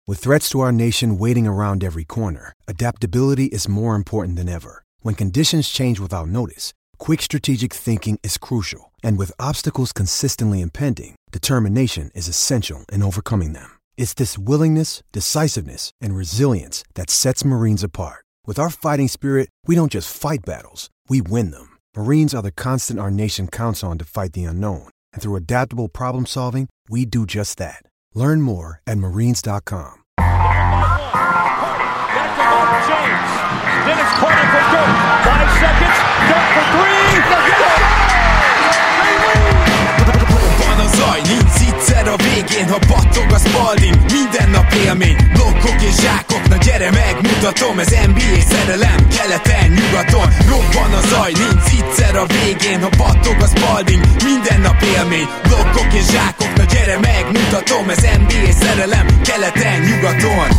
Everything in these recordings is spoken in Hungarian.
With threats to our nation waiting around every corner, adaptability is more important than ever. When conditions change without notice, quick strategic thinking is crucial. And with obstacles consistently impending, determination is essential in overcoming them. It's this willingness, decisiveness, and resilience that sets Marines apart. With our fighting spirit, we don't just fight battles, we win them. Marines are the constant our nation counts on to fight the unknown. And through adaptable problem solving, we do just that. Learn more at marines.com. That's about James. Then it's corner for Dirk. 5 seconds. Dirk for 3. Van a zaj, nincs egyszer a végén, ha battog a Spalding. Minden nap élmény, blokkok és zsákok. Na gyere megmutatom, ez NBA szerelem. Keleten, nyugaton, robban a zaj, nincs egyszer a végén, ha battog a Spalding. Minden nap élmény, blokkok és zsákok. Na gyere megmutatom, ez NBA szerelem. Keleten, nyugaton.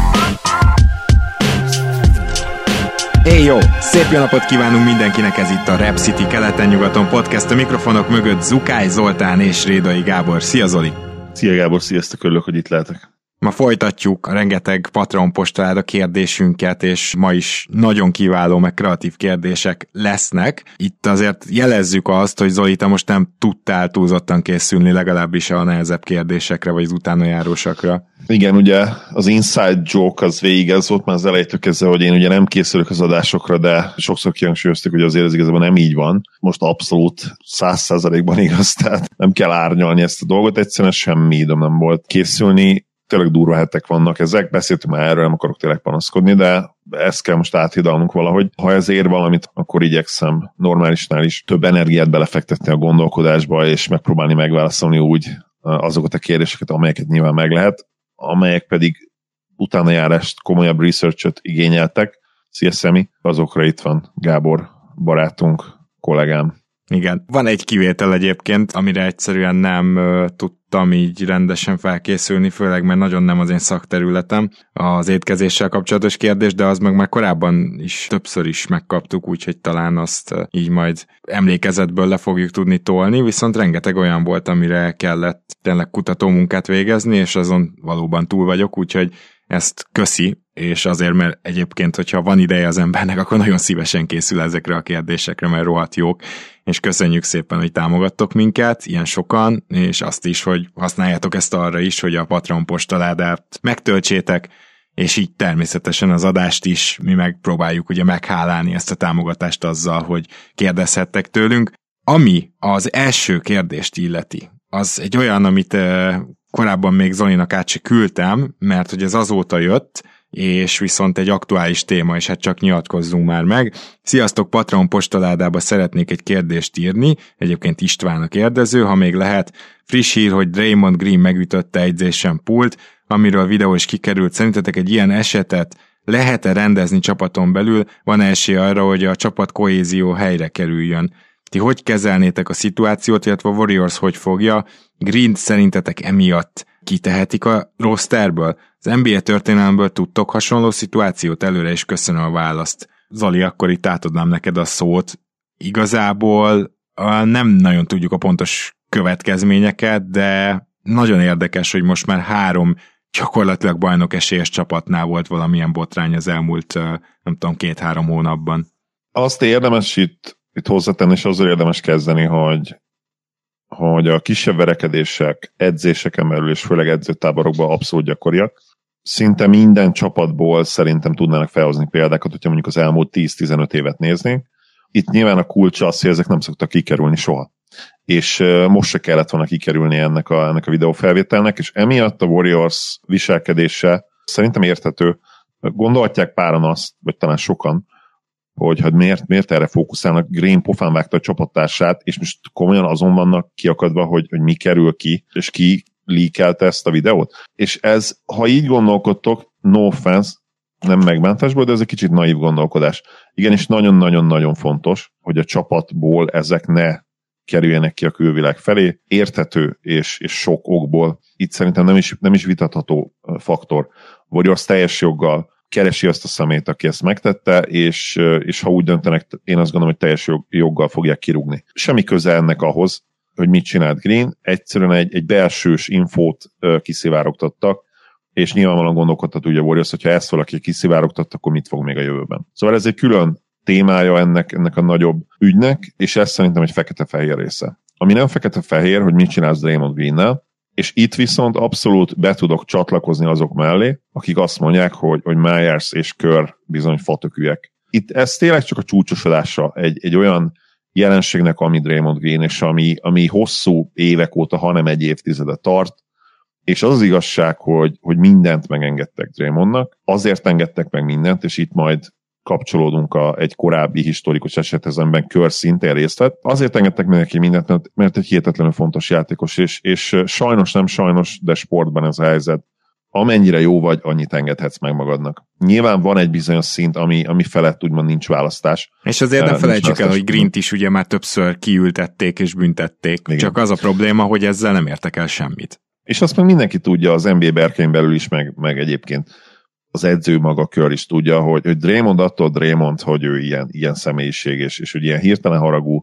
Jó! Szép jó napot kívánunk mindenkinek, ez itt a Rap City keleten-nyugaton podcast, a mikrofonok mögött Zukály Zoltán és Rédai Gábor. Szia Zoli! Szia Gábor, sziasztok, örülök, hogy itt lehetek. Ma folytatjuk a rengeteg Patreon postaláda kérdésünket, és ma is nagyon kiváló, meg kreatív kérdések lesznek. Itt azért jelezzük azt, hogy Zoli, te most nem tudtál túlzottan készülni, legalábbis a nehezebb kérdésekre, vagy az utánajárósakra. Igen, ugye az inside joke az végig ez volt már az elejétől kezdve, hogy én ugye nem készülök az adásokra, de sokszor kihangsúlyoztuk, hogy azért ez igazából nem így van. Most abszolút 100%-ban igaz, tehát nem kell árnyalni ezt a dolgot, egyszerűen semmi időm nem volt készülni. Tényleg durva hetek vannak ezek, beszéltünk már erről, nem akarok tényleg panaszkodni, de ezt kell most áthidalnunk valahogy. Ha ez ér valamit, akkor igyekszem normálisnál is több energiát belefektetni a gondolkodásba, és megpróbálni megválaszolni úgy azokat a kérdéseket, amelyeket nyilván meg lehet, amelyek pedig utánajárást, komolyabb research-öt igényeltek. Szia Szemi, azokra itt van Gábor, barátunk, kollégám. Igen, van egy kivétel egyébként, amire egyszerűen nem tudtam így rendesen felkészülni, főleg mert nagyon nem az én szakterületem az étkezéssel kapcsolatos kérdés, de az meg már korábban is többször is megkaptuk, úgyhogy talán azt így majd emlékezetből le fogjuk tudni tolni, viszont rengeteg olyan volt, amire kellett tényleg kutatómunkát végezni, és azon valóban túl vagyok, úgyhogy ezt köszi, és azért, mert egyébként, hogyha van ideje az embernek, akkor nagyon szívesen készül ezekre a kérdésekre, mert rohadt jók, és köszönjük szépen, hogy támogattok minket, ilyen sokan, és azt is, hogy használjátok ezt arra is, hogy a Patreon postaládát megtöltsétek, és így természetesen az adást is mi megpróbáljuk ugye meghálálni ezt a támogatást azzal, hogy kérdezhettek tőlünk. Ami az első kérdést illeti, az egy olyan, amit korábban még Zolinak át se küldtem, mert hogy ez azóta jött, és viszont egy aktuális téma, és hát csak nyilatkozzunk már meg. Sziasztok, Patreon postaládába szeretnék egy kérdést írni, egyébként István a kérdező, ha még lehet. Friss hír, hogy Draymond Green megütötte edzésen pult, amiről a videó is kikerült. Szerintetek egy ilyen esetet lehet-e rendezni csapaton belül? Van esély arra, hogy a csapat kohézió helyre kerüljön? Ti hogy kezelnétek a szituációt, illetve a Warriors hogy fogja? Green szerintetek emiatt kitehetik a rosterből? Az NBA történelemből tudtok hasonló szituációt? Előre is köszönöm a választ. Zoli, akkor itt átadnám neked a szót. Igazából nem nagyon tudjuk a pontos következményeket, de nagyon érdekes, hogy most már 3 gyakorlatilag bajnok esélyes csapatnál volt valamilyen botrány az elmúlt, nem tudom, 2-3 hónapban. Azt érdemes itt hozzátenni, és azzal érdemes kezdeni, hogy a kisebb verekedések edzéseken belül, és főleg edzőtáborokban abszolút gyakoriak. Szinte minden csapatból szerintem tudnának felhozni példákat, hogyha mondjuk az elmúlt 10-15 évet néznénk. Itt nyilván a kulcsa az, hogy ezek nem szoktak kikerülni soha. És most se kellett volna kikerülni ennek a videófelvételnek, és emiatt a Warriors viselkedése szerintem érthető. Gondolhatják páran azt, vagy talán sokan, hogy hát miért erre fókuszálnak. Green pofán vágta a csapattársát, és most komolyan azon vannak kiakadva, hogy mi kerül ki, és ki leakelte ezt a videót. És ez, ha így gondolkodtok, no offense, nem megbántásból, de ez egy kicsit naív gondolkodás. Igenis nagyon-nagyon-nagyon fontos, hogy a csapatból ezek ne kerüljenek ki a külvilág felé. Érthető és sok okból. Itt szerintem nem is vitatható faktor. Warriors teljes joggal keresi azt a szemét, aki ezt megtette, és ha úgy döntenek, én azt gondolom, hogy teljes joggal fogják kirúgni. Semmi köze ennek ahhoz, hogy mit csinált Green, egyszerűen egy belsős infót kiszivárogtattak, és nyilvánvalóan gondolkodhat ugye a Warriors, hogyha ezt valaki kiszivárogtat, akkor mit fog még a jövőben. Szóval ez egy külön témája ennek a nagyobb ügynek, és ez szerintem egy fekete-fehér része. Ami nem fekete-fehér, hogy mit csinálsz Draymond Greennel, és itt viszont abszolút be tudok csatlakozni azok mellé, akik azt mondják, hogy Myers és Kerr bizony fatökűek. Itt ez tényleg csak a csúcsosodása egy olyan jelenségnek, ami Draymond Green, és ami hosszú évek óta, hanem egy évtizede tart, és az igazság, hogy mindent megengedtek Draymondnak, azért engedtek meg mindent, és itt majd kapcsolódunk egy korábbi historikus esethez, amiben Kerr szintén részt vett. Azért engedtek meg neki mindent, mert egy hihetetlenül fontos játékos, és sajnos nem sajnos, de sportban ez a helyzet. Amennyire jó vagy, annyit engedhetsz meg magadnak. Nyilván van egy bizonyos szint, ami felett úgymond nincs választás. És azért nem felejtsük el, hogy Greent is ugye már többször kiültették és büntették. Igen. Csak az a probléma, hogy ezzel nem értek el semmit. És azt meg mindenki tudja az NBA berkein belül is, meg egyébként az edző maga Kerr is tudja, hogy Draymond attól Draymond, hogy ő ilyen személyiség, és hogy ilyen hirtelen haragú,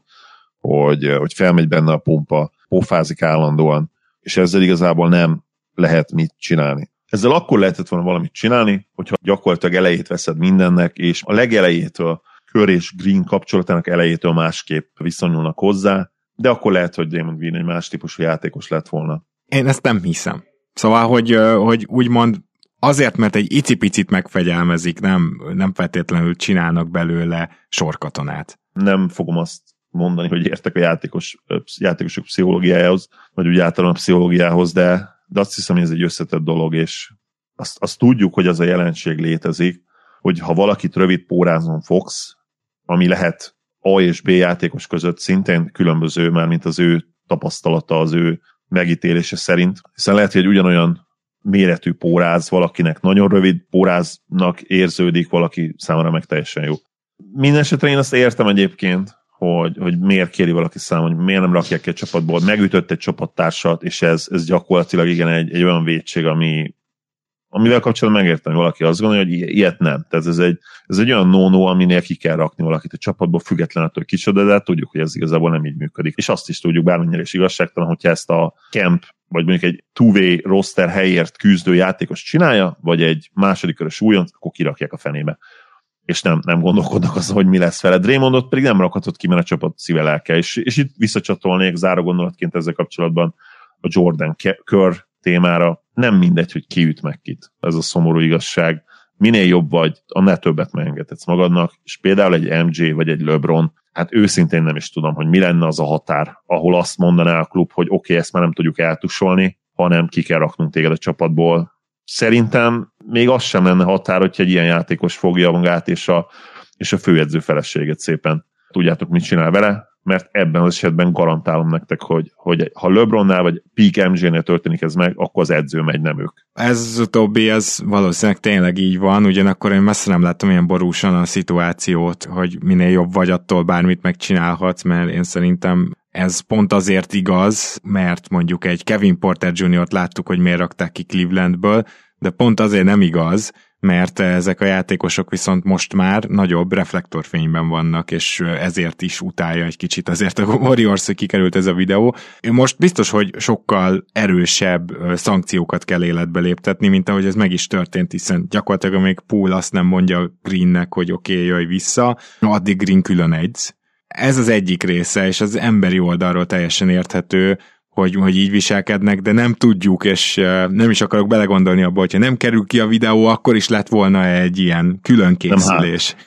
hogy felmegy benne a pumpa, pofázik állandóan, és ezzel igazából nem lehet mit csinálni. Ezzel akkor lehetett volna valamit csinálni, hogyha gyakorlatilag elejét veszed mindennek, és a legelejétől, Kerr és Green kapcsolatának elejétől másképp viszonyulnak hozzá, de akkor lehet, hogy Draymond Green egy más típusú játékos lett volna. Én ezt nem hiszem. Szóval, hogy úgymond azért, mert egy icipicit megfegyelmezik, nem feltétlenül csinálnak belőle sorkatonát. Nem fogom azt mondani, hogy értek a játékosok pszichológiájához, vagy úgy általán a pszichológiához, de azt hiszem, hogy ez egy összetett dolog, és azt tudjuk, hogy az a jelenség létezik, hogy ha valakit rövid pórázon fogsz, ami lehet A és B játékos között szintén különböző, már mint az ő tapasztalata, az ő megítélése szerint, hiszen lehet, hogy egy ugyanolyan méretű póráz valakinek nagyon rövid póráznak érződik, valaki számára meg teljesen jó. Mindenesetre én azt értem egyébként, hogy miért kéri valaki számon, hogy miért nem rakják ki a csapatból, megütött egy csapattársat, és ez gyakorlatilag igen egy olyan vétség, amivel kapcsolatban megértem, hogy valaki azt gondolja, hogy ilyet nem. Tehát ez egy olyan no-no, aminél ki kell rakni valakit a csapatból, függetlenül attól kicsoda, de tudjuk, hogy ez igazából nem így működik. És azt is tudjuk, bármennyire is igazságtalan, hogyha ezt a camp, vagy mondjuk egy two-way roster helyért küzdő játékos csinálja, vagy egy második körös újonc, akkor kirakják a fenébe. És nem gondolkodnak azon, hogy mi lesz vele. Draymondot pedig nem rakhatott ki, mert a csapat szíve lelke. És itt visszacsatolnék záró gondolatként ezzel kapcsolatban a Jordan Kerr témára. Nem mindegy, hogy ki üt meg kit. Ez a szomorú igazság. Minél jobb vagy, annál többet megengedhetsz magadnak, és például egy MJ vagy egy LeBron, hát őszintén nem is tudom, hogy mi lenne az a határ, ahol azt mondaná a klub, hogy oké, ezt már nem tudjuk eltusolni, hanem ki kell raknunk téged a csapatból. Szerintem még az sem lenne határ, hogyha egy ilyen játékos fogja magát, és a főedző feleséget szépen tudjátok, mit csinál vele, mert ebben az esetben garantálom nektek, hogy ha LeBronnál vagy Peak MJ-nél történik ez meg, akkor az edző megy, nem ők. Ez utóbbi, ez valószínűleg tényleg így van, ugyanakkor én messze nem látom ilyen borúsan a szituációt, hogy minél jobb vagy, attól bármit megcsinálhatsz, mert én szerintem ez pont azért igaz, mert mondjuk egy Kevin Porter Jr.-t láttuk, hogy miért rakták ki Clevelandből, de pont azért nem igaz, mert ezek a játékosok viszont most már nagyobb reflektorfényben vannak, és ezért is utálja egy kicsit azért a Warriors, hogy kikerült ez a videó. Most biztos, hogy sokkal erősebb szankciókat kell életbe léptetni, mint ahogy ez meg is történt, hiszen gyakorlatilag még Poole azt nem mondja Greennek, hogy oké, jöjj vissza, addig Green külön edz. Ez az egyik része, és az emberi oldalról teljesen érthető, hogy így viselkednek, de nem tudjuk, és nem is akarok belegondolni abba, hogyha nem kerül ki a videó, akkor is lett volna egy ilyen külön készülés.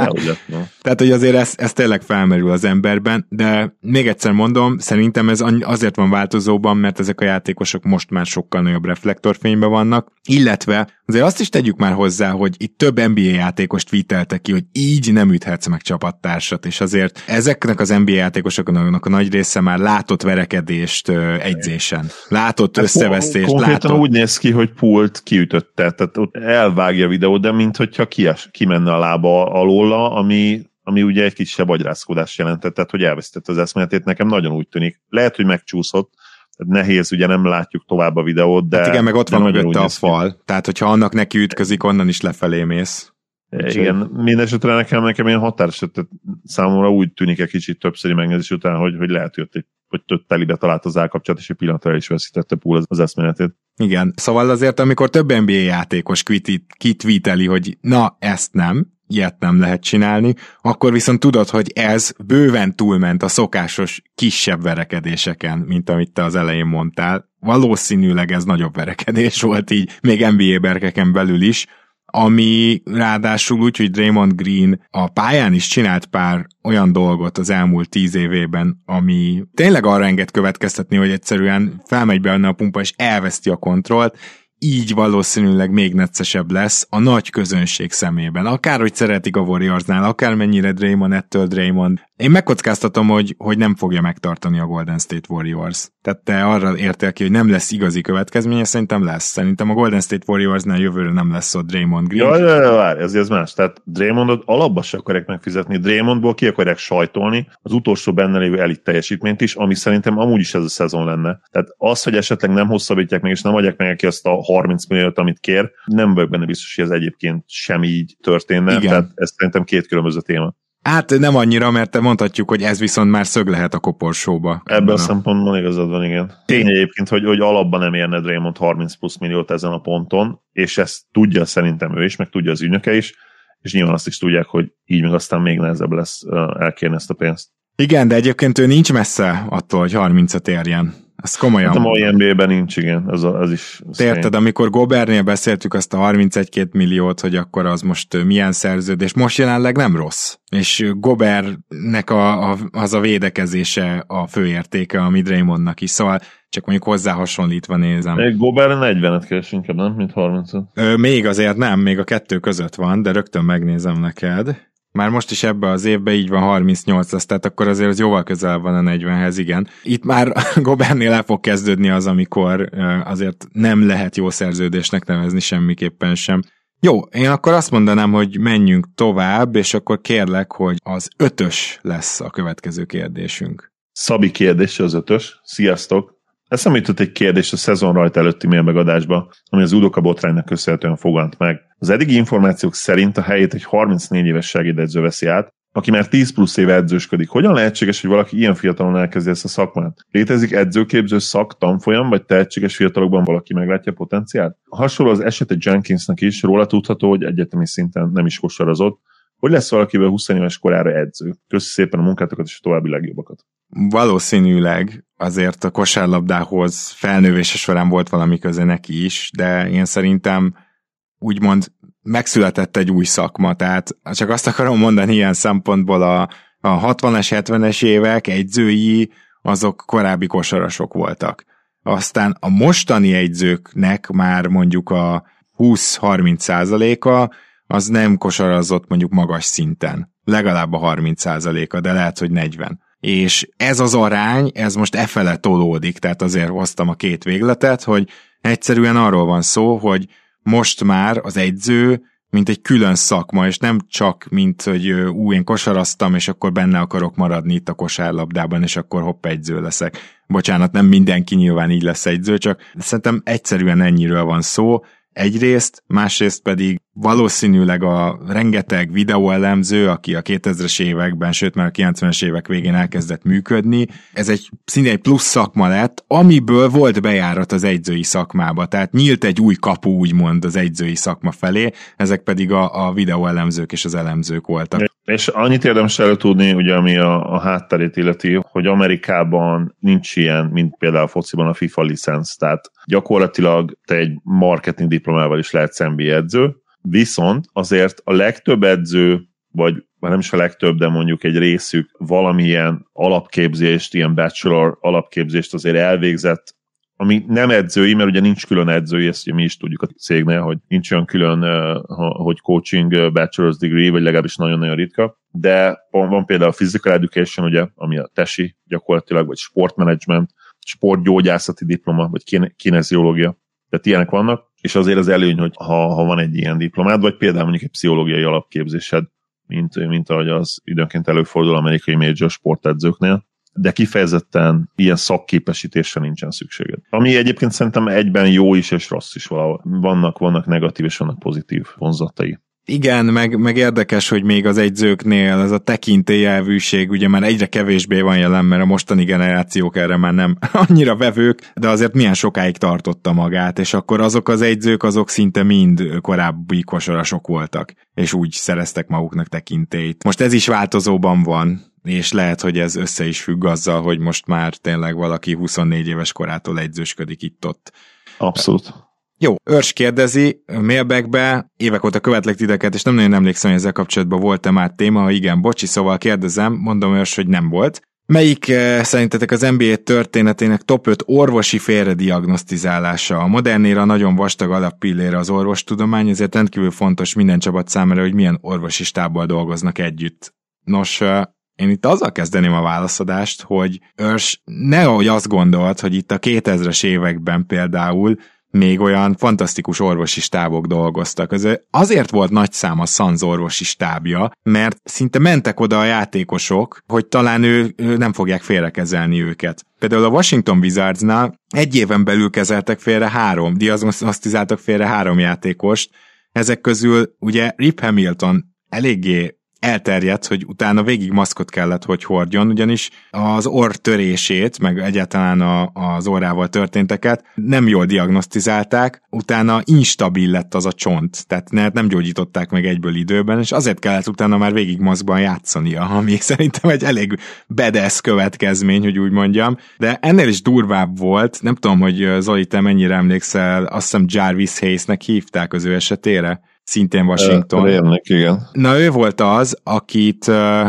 Tehát, hogy azért ez tényleg felmerül az emberben, de még egyszer mondom, szerintem ez azért van változóban, mert ezek a játékosok most már sokkal nagyobb reflektorfényben vannak, illetve azért azt is tegyük már hozzá, hogy itt több NBA játékost viteltek ki, hogy így nem üthetsz meg csapattársat, és azért ezeknek az NBA játékosoknak a nagy része már látott verekedést egyzésen. Látott összevesztést. Konkrétan úgy néz ki, hogy Poole-t kiütötte, tehát ott elvágja a videót, de minthogyha kimenne a lába alóla, ami ugye egy kisebb agyrázkodást jelentett, tehát hogy elvesztette az eszméletét, nekem nagyon úgy tűnik. Lehet, hogy megcsúszott, nehéz, ugye nem látjuk tovább a videót, de... Hát igen, meg ott van mögötte a fal, tehát hogyha annak neki ütközik, onnan is lefelé mész. Igen, mindesetre nekem ilyen határeset, számomra úgy tűnik egy kicsit többszöri megnézés után, hogy lehet, hogy több telibe talált az állkapcsolat, és egy pillanatra is veszítette Poole az eszméletét. Igen, szóval azért, amikor több NBA játékos kitweeteli, hogy na, ezt nem, ilyet nem lehet csinálni, akkor viszont tudod, hogy ez bőven túlment a szokásos kisebb verekedéseken, mint amit te az elején mondtál. Valószínűleg ez nagyobb verekedés volt így, még NBA berkeken belül is, ami ráadásul úgy, hogy Draymond Green a pályán is csinált pár olyan dolgot az elmúlt 10 évében, ami tényleg arra enged következtetni, hogy egyszerűen felmegy benne a pumpa és elveszti a kontrollt, így valószínűleg még neccesebb lesz a nagy közönség szemében. Akárhogy szeretik a Warriorsnál, akármennyire Draymond ettől Draymond. Én megkockáztatom, hogy nem fogja megtartani a Golden State Warriors. Tehát te arra értél ki, hogy nem lesz igazi következménye, szerintem lesz. Szerintem a Golden State Warriorsnál jövőre nem lesz ott Draymond Green. Várj, ez más. Tehát Draymondot alapban se akarják megfizetni. Draymondból ki akarják sajtolni az utolsó benne lévő elit teljesítményt is, ami szerintem amúgy is ez a szezon lenne. Tehát az, hogy esetleg nem hosszabbítják meg, és nem adják meg neki azt a 30 milliót, amit kér, nem vagyok benne biztos, hogy ez egyébként sem így történne. Igen. Tehát ez szerintem két különböző téma. Hát nem annyira, mert mondhatjuk, hogy ez viszont már szög lehet a koporsóba. Ebben a szempontból igazad van, igen. Tény egyébként, hogy alapban nem érne Draymond 30 plusz milliót ezen a ponton, és ezt tudja szerintem ő is, meg tudja az ügynöke is, és nyilván azt is tudják, hogy így meg aztán még nehezebb lesz elkérni ezt a pénzt. Igen, de egyébként ő nincs messze attól, hogy 30-at érjen. Ez komolyan. Hát a mai NBA-ben nincs, igen. Ez is. Érted, amikor Gobertnél beszéltük azt a 31-2 milliót, hogy akkor az most milyen szerződés, most jelenleg nem rossz. És Gobertnek az a védekezése a főértéke, ami Draymondnak is. Szóval csak mondjuk hozzá hasonlítva nézem. Még Gobert 40-et keres inkább, nem? Mint 30-et. Még azért nem, még a kettő között van, de rögtön megnézem neked. Már most is ebben az évben így van 38 lesz, tehát akkor azért az jóval közel van a 40-hez, igen. Itt már Gobertnél el fog kezdődni az, amikor azért nem lehet jó szerződésnek nevezni semmiképpen sem. Jó, én akkor azt mondanám, hogy menjünk tovább, és akkor kérlek, hogy az 5-ös lesz a következő kérdésünk. Szabi kérdése az 5-ös. Sziasztok! Eszembe jutott egy kérdés a szezon rajta előtti mailmegadásba, ami az Udoka botránynak köszönhetően fogant meg. Az eddigi információk szerint a helyét egy 34 éves segédedző veszi át, aki már 10 plusz éve edzősködik. Hogyan lehetséges, hogy valaki ilyen fiatalon elkezdi ezt a szakmát? Létezik edzőképző tanfolyam, vagy tehetséges fiatalokban valaki meglátja a potenciált? Hasonló az esete Jenkinsnek is, róla tudható, hogy egyetemi szinten nem is kosarazott. Hogy lesz valakivel 20 éves korára edző? Köszi szépen a munkátokat és a további legjobbakat. Valószínűleg azért a kosárlabdához felnővése során volt valami köze neki is, de én szerintem úgymond megszületett egy új szakma, tehát csak azt akarom mondani ilyen szempontból a 60-es, 70-es évek edzői azok korábbi kosarasok voltak. Aztán a mostani edzőknek már mondjuk a 20-30%-a az nem kosarazott mondjuk magas szinten. Legalább a 30%-a, de lehet, hogy 40%. És ez az arány, ez most efele tolódik, tehát azért hoztam a két végletet, hogy egyszerűen arról van szó, hogy most már az edző, mint egy külön szakma, és nem csak, mint, hogy én kosaraztam, és akkor benne akarok maradni itt a kosárlabdában, és akkor hopp, edző leszek. Bocsánat, nem mindenki nyilván így lesz edző, csak szerintem egyszerűen ennyiről van szó, egyrészt, másrészt pedig valószínűleg a rengeteg videóelemző, aki a 2000-es években, sőt már a 90-es évek végén elkezdett működni, ez szinte egy plusz szakma lett, amiből volt bejárat az edzői szakmába, tehát nyílt egy új kapu úgymond az edzői szakma felé, ezek pedig a videóelemzők és az elemzők voltak. És annyit érdemes előtudni, ugye, ami a hátterét illeti, hogy Amerikában nincs ilyen, mint például a fociban a FIFA licensz, tehát gyakorlatilag te egy marketing diplomával is lehetsz NBA edző, viszont azért a legtöbb edző, vagy nem is a legtöbb, de mondjuk egy részük valamilyen alapképzést, ilyen bachelor alapképzést azért elvégzett, ami nem edzői, mert ugye nincs külön edzői, ezt mi is tudjuk a cégnél, hogy nincs olyan külön, hogy coaching bachelor's degree, vagy legalábbis nagyon-nagyon ritka, de van például a physical education, ugye, ami a TESI gyakorlatilag, vagy sportmanagement, sportgyógyászati diploma, vagy kineziológia, tehát ilyenek vannak, és azért az előny, hogy ha van egy ilyen diplomád, vagy például mondjuk egy pszichológiai alapképzésed, mint ahogy az időnként előfordul amerikai major sportedzőknél, de kifejezetten ilyen szakképesítésre nincsen szükséged. Ami egyébként szerintem egyben jó is és rossz is valahol. Vannak negatív és vannak pozitív vonzatai. Igen, meg érdekes, hogy még az egyzőknél ez a tekintélyelvűség ugye már egyre kevésbé van jelen, mert a mostani generációk erre már nem annyira vevők, de azért milyen sokáig tartotta magát, és akkor azok az egyzők, azok szinte mind korábbi kosarasok voltak, és úgy szereztek maguknak tekintélyt. Most ez is változóban van, és lehet, hogy ez össze is függ azzal, hogy most már tényleg valaki 24 éves korától egyzősködik itt-ott. Abszolút. Jó, Őrs kérdezi mailbackbe, évek óta követlek titeket, és nem nagyon emlékszem, hogy ezzel kapcsolatban volt-e már téma, ha igen, bocsi, szóval kérdezem, mondom Őrs, hogy nem volt. Melyik szerintetek az NBA történetének top 5 orvosi félrediagnosztizálása? A modern éra nagyon vastag alappillére az orvostudomány, ezért rendkívül fontos minden csapat számára, hogy milyen orvosi stábbal dolgoznak együtt. Nos, én itt azzal kezdeném a válaszadást, hogy Őrs nehogy azt gondolt, hogy itt a 2000-es években például még olyan fantasztikus orvosi stábok dolgoztak. Azért volt nagy szám a Suns orvosi stábja, mert szinte mentek oda a játékosok, hogy talán ő nem fogják félrekezelni őket. Például a Washington Wizardsnál egy éven belül kezeltek diagnosztizáltak félre 3 játékost. Ezek közül ugye Rip Hamilton eléggé elterjedt, hogy utána végig maszkot kellett, hogy hordjon, ugyanis az orr törését, meg egyáltalán az orrával történteket nem jól diagnosztizálták, utána instabil lett az a csont, tehát nem gyógyították meg egyből időben, és azért kellett utána már végig maszkban játszania, ami szerintem egy elég badass következmény, hogy úgy mondjam, de ennél is durvább volt, nem tudom, hogy Zoli, te mennyire emlékszel, azt hiszem Jarvis Hayesnek hívták az ő esetére, szintén Washington. Rémlik, igen. Na ő volt az, akit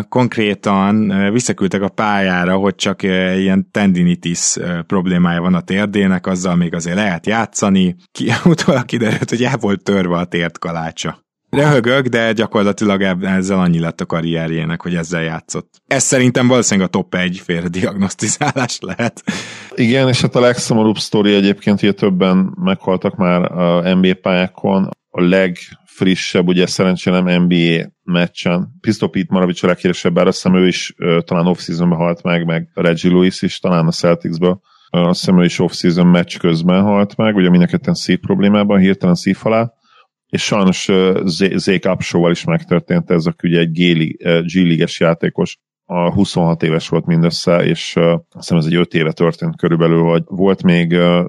konkrétan visszaküldtek a pályára, hogy csak ilyen tendinitis problémája van a térdének, azzal még azért lehet játszani. Utólag kiderült, hogy el volt törve a térdkalácsa. Röhögök, de gyakorlatilag ezzel annyi lett a karrierjének, hogy ezzel játszott. Ez szerintem valószínűleg a top 1 félrediagnosztizálás lehet. Igen, és hát a legszomorúbb sztori egyébként, hogy többen meghaltak már a NBA pályákon. A legfrissebb, ugye szerencsére nem NBA meccsen. Pistol Pete Maravich a leghíresebb, bár azt hiszem ő is talán off-seasonben halt meg Reggie Lewis is, talán a Celticsből. Azt hiszem ő is off-season meccs közben halt meg, ugye mind a ketten szív problémában, hirtelen szívhalál. És sajnos Zeke Upshaw-val is megtörtént ez, aki ugye egy G-liges játékos, a 26 éves volt mindössze, és azt hiszem ez egy 5 éve történt körülbelül, hogy volt még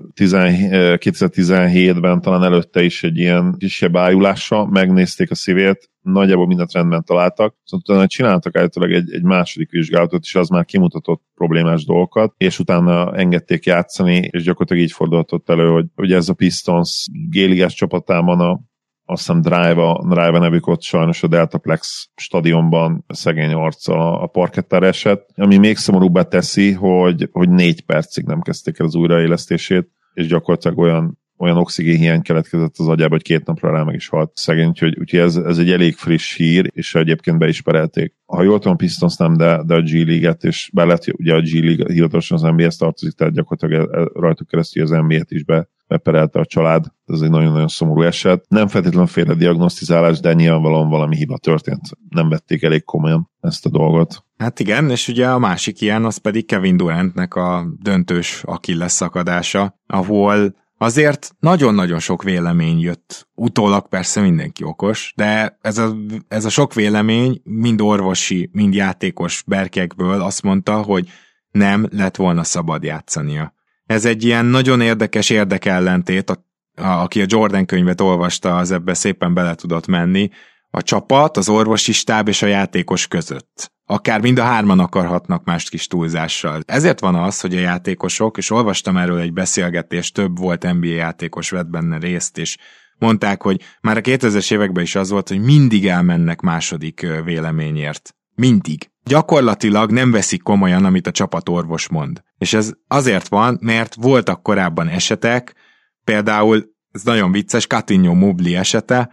2017-ben, talán előtte is egy ilyen kisebb ájulása, megnézték a szívét, nagyjából mindent rendben találtak, szóval utána csináltak állítólag egy második vizsgálatot, és az már kimutatott problémás dolgokat, és utána engedték játszani, és gyakorlatilag így fordulhatott elő, hogy ugye ez a Pistons G-ligás csapatában azt hiszem Drive nevük ott sajnos a Deltaplex stadionban szegény arccal a parkettára esett, ami még szomorúbbá teszi, hogy 4 percig nem kezdték el az újraélesztését, és gyakorlatilag olyan oxigénhiány keletkezett az agyába, hogy 2 napra rá meg is halt szegény, úgyhogy ez egy elég friss hír, és egyébként be is perelték. Ha jól tudom, Pistons nem, de a G-liget, és bár lehet, ugye a G-lig hivatalosan az NBA-hez tartozik, tehát gyakorlatilag rajtuk keresztül az NBA-t is beperelte a család. Ez egy nagyon-nagyon szomorú eset. Nem feltétlenül félrediagnosztizálás, de nyilvánvalóan valami hiba történt. Nem vették elég komolyan ezt a dolgot. Hát igen, és ugye a másik ilyen, az pedig Kevin Durantnek a döntős Achilles szakadása, ahol azért nagyon-nagyon sok vélemény jött. Utólag persze mindenki okos, de ez a sok vélemény mind orvosi, mind játékos berkekből azt mondta, hogy nem lett volna szabad játszania. Ez egy ilyen nagyon érdekes érdekellentét, aki a Jordan könyvet olvasta, az ebbe szépen bele tudott menni, a csapat, az orvosi stáb és a játékos között. Akár mind a 3 akarhatnak mást kis túlzással. Ezért van az, hogy a játékosok, és olvastam erről egy beszélgetést, több volt NBA játékos vett benne részt, és mondták, hogy már a 2000-es években is az volt, hogy mindig elmennek második véleményért. Mindig. Gyakorlatilag nem veszik komolyan, amit a csapatorvos mond. És ez azért van, mert voltak korábban esetek, például, ez nagyon vicces, Coutinho Mobley esete,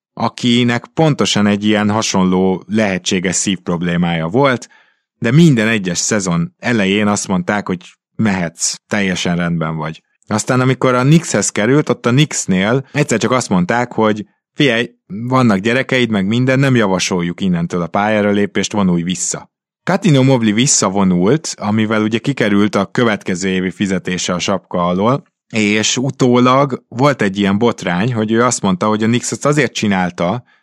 akinek pontosan egy ilyen hasonló lehetséges szívproblémája volt, de minden egyes szezon elején azt mondták, hogy mehetsz, teljesen rendben vagy. Aztán amikor a Knickshez került, ott a Knicksnél egyszer csak azt mondták, hogy figyelj, vannak gyerekeid, meg minden, nem javasoljuk innentől a pályára lépést, vonulj vissza. Coutinho Mobley visszavonult, amivel ugye kikerült a következő évi fizetése a sapka alól, és utólag volt egy ilyen botrány, hogy ő azt mondta, hogy a Knicks azt azért csinálta,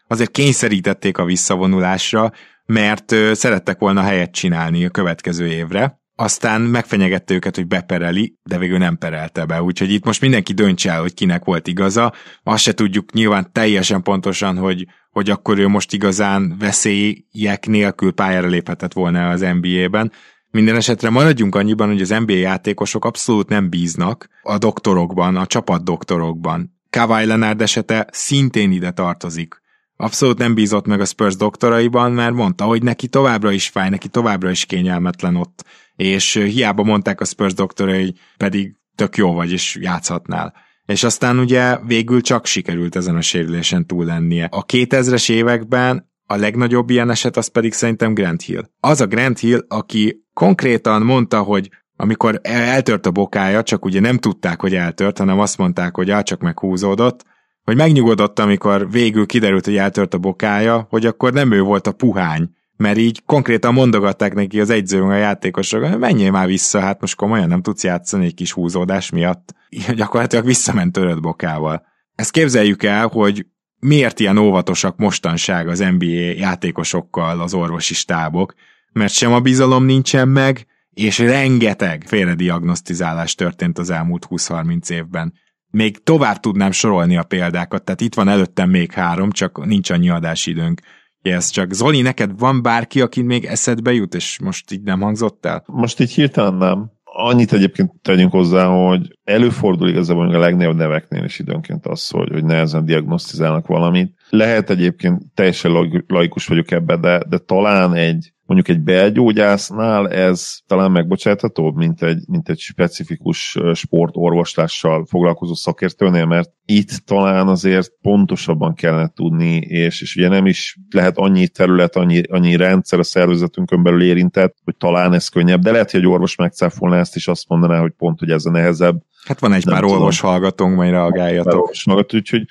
azért kényszerítették a visszavonulásra, mert szerettek volna helyet csinálni a következő évre. Aztán megfenyegette őket, hogy bepereli, de végül nem perelte be. Úgyhogy itt most mindenki döntse el, hogy kinek volt igaza. Azt se tudjuk nyilván teljesen pontosan, hogy akkor ő most igazán veszélyek nélkül pályára léphetett volna az NBA-ben. Minden esetre maradjunk annyiban, hogy az NBA játékosok abszolút nem bíznak a doktorokban, a csapatdoktorokban. Kawhi Leonard esete szintén ide tartozik. Abszolút nem bízott meg a Spurs doktoraiban, mert mondta, hogy neki továbbra is fáj, neki továbbra is kényelmetlen ott, és hiába mondták a Spurs doktorai, pedig tök jó vagy, és játszhatnál. És aztán ugye végül csak sikerült ezen a sérülésen túl lennie. A 2000-es években a legnagyobb ilyen eset az pedig szerintem Grant Hill. Az a Grant Hill, aki konkrétan mondta, hogy amikor eltört a bokája, csak ugye nem tudták, hogy eltört, hanem azt mondták, hogy csak meghúzódott, hogy megnyugodott, amikor végül kiderült, hogy eltört a bokája, hogy akkor nem ő volt a puhány, mert így konkrétan mondogatták neki az egyzőn a játékosok, hogy menjél már vissza, hát most komolyan nem tudsz játszani egy kis húzódás miatt. Gyakorlatilag visszament törött bokával. Ezt képzeljük el, hogy miért ilyen óvatosak mostanság az NBA játékosokkal az orvosi stábok, mert sem a bizalom nincsen meg, és rengeteg félrediagnosztizálás történt az elmúlt 20-30 évben. Még tovább tudnám sorolni a példákat, tehát itt van előttem még 3, csak nincs annyi adásidőnk. Ez csak Zoli, neked van bárki, aki még eszedbe jut, és most így nem hangzott el? Most így hirtelen nem. Annyit egyébként tegyünk hozzá, hogy előfordul igazából a legnagyobb neveknél is időnként az, hogy nehezen diagnosztizálnak valamit. Lehet egyébként, teljesen laikus vagyok ebben, de talán mondjuk egy belgyógyásznál ez talán megbocsáthatóbb, mint egy specifikus sportorvoslással foglalkozó szakértőnél, mert itt talán azért pontosabban kellene tudni, és ugye nem is lehet annyi terület, annyi rendszer a szervezetünkön belül érintett, hogy talán ez könnyebb, de lehet, hogy egy orvos megcáfolná ezt, és azt mondaná, hogy pont, hogy ez a nehezebb. Hát van egy pár orvos hallgatónk, majd reagáljatok. Úgyhogy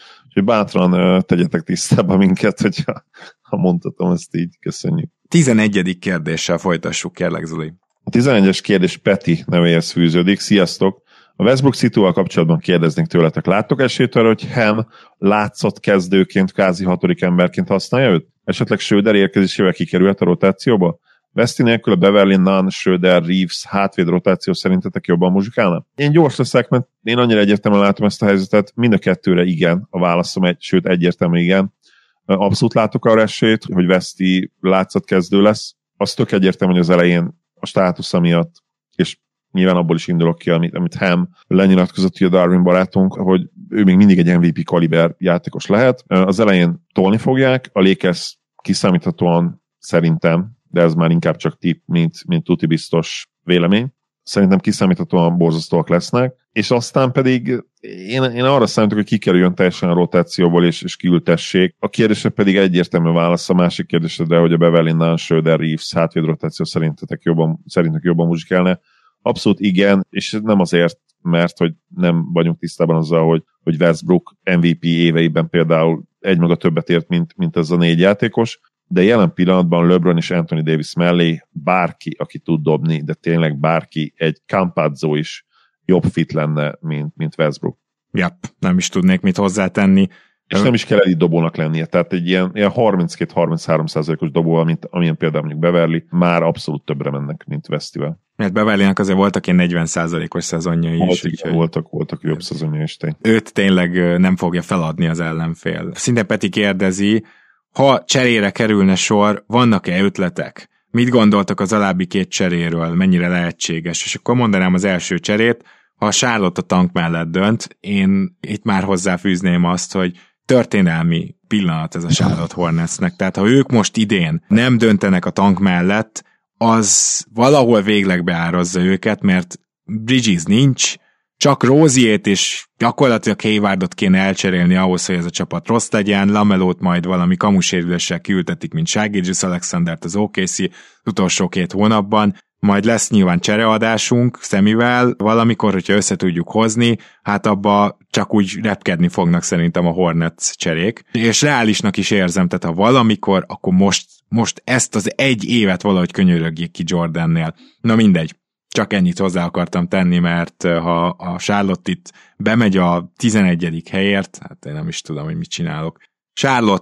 bátran tegyetek tisztába minket, hogyha mondhatom ezt így. Köszönjük. 11. kérdéssel folytassuk, kérlek, Zoli. A 11-es kérdés Peti nevéhez fűződik. Sziasztok! A Westbrook szitúval kapcsolatban kérdeznék tőletek. Láttok esélyt arra, hogy Ham látszott kezdőként, kvázi 6. emberként használja őt? Esetleg Schröder érkezésével kikerülhet a rotációba? Westy nélkül a Beverly, Nunn, Schröder, Reeves hátvéd rotáció szerintetek jobban muzsikálna? Én gyors leszek, mert én annyira egyértelműen látom ezt a helyzetet. Mind a kettőre igen, a válaszom sőt egyértelmű igen. Abszolút látok arra esélyt, hogy Westy látszatkezdő lesz. Az tök egyértelmű, hogy az elején a státusza miatt, és nyilván abból is indulok ki, amit Ham lenyilatkozott, hogy a Darwin barátunk, hogy ő még mindig egy MVP kaliber játékos lehet. Az elején tolni fogják, a Lakers kiszámíthatóan szerintem, de ez már inkább csak tipp, mint tuti biztos vélemény. Szerintem kiszámíthatóan borzasztóak lesznek, és aztán pedig én arra számítok, hogy kikerüljön teljesen a rotációból, és kiültessék. A kérdésre pedig egyértelmű válasz a másik kérdésedre, hogy a Beverly, Nunn, Schröder, Reeves hátvéd rotáció szerintünk jobban muzsikálna. Abszolút igen, és nem azért, mert hogy nem vagyunk tisztában azzal, hogy Westbrook MVP éveiben például egymaga többet ért, mint ez a 4 játékos, de jelen pillanatban LeBron és Anthony Davis mellé bárki, aki tud dobni, de tényleg bárki, egy Campazzo is jobb fit lenne, mint Westbrook. Nem is tudnék mit hozzátenni. És nem is kell elit dobónak lennie, tehát egy ilyen 32-33%-os dobó, amilyen például mondjuk Beverly, már abszolút többre mennek, mint Westivel. Mert Beverlynek azért voltak ilyen 40%-os szezonjai is. Voltak jobb szezonjai is. Őt tényleg nem fogja feladni az ellenfél. Szinte Peti kérdezi, ha cserére kerülne sor, vannak-e ötletek? Mit gondoltak az alábbi 2 cseréről, mennyire lehetséges? És akkor mondanám az első cserét, ha a Charlotte a tank mellett dönt, én itt már hozzáfűzném azt, hogy történelmi pillanat ez a Charlotte Hornetsnek. Tehát ha ők most idén nem döntenek a tank mellett, az valahol végleg beárazza őket, mert Bridges nincs, csak Rozier-t és gyakorlatilag Haywardot kéne elcserélni ahhoz, hogy ez a csapat rossz legyen, Lamelót majd valami kamusérüléssel kiültetik, mint Shai Gilgeous-Alexandert az OKC utolsó 2 hónapban, majd lesz nyilván csereadásunk Semivel, valamikor, hogyha össze tudjuk hozni, hát abba csak úgy repkedni fognak szerintem a Hornets cserék. És reálisnak is érzem, tehát ha valamikor, akkor most ezt az 1 évet valahogy könyörögjék ki Jordannél. Na mindegy. Csak ennyit hozzá akartam tenni, mert ha a Charlotte itt bemegy a 11. helyért, hát én nem is tudom, hogy mit csinálok. Charlotte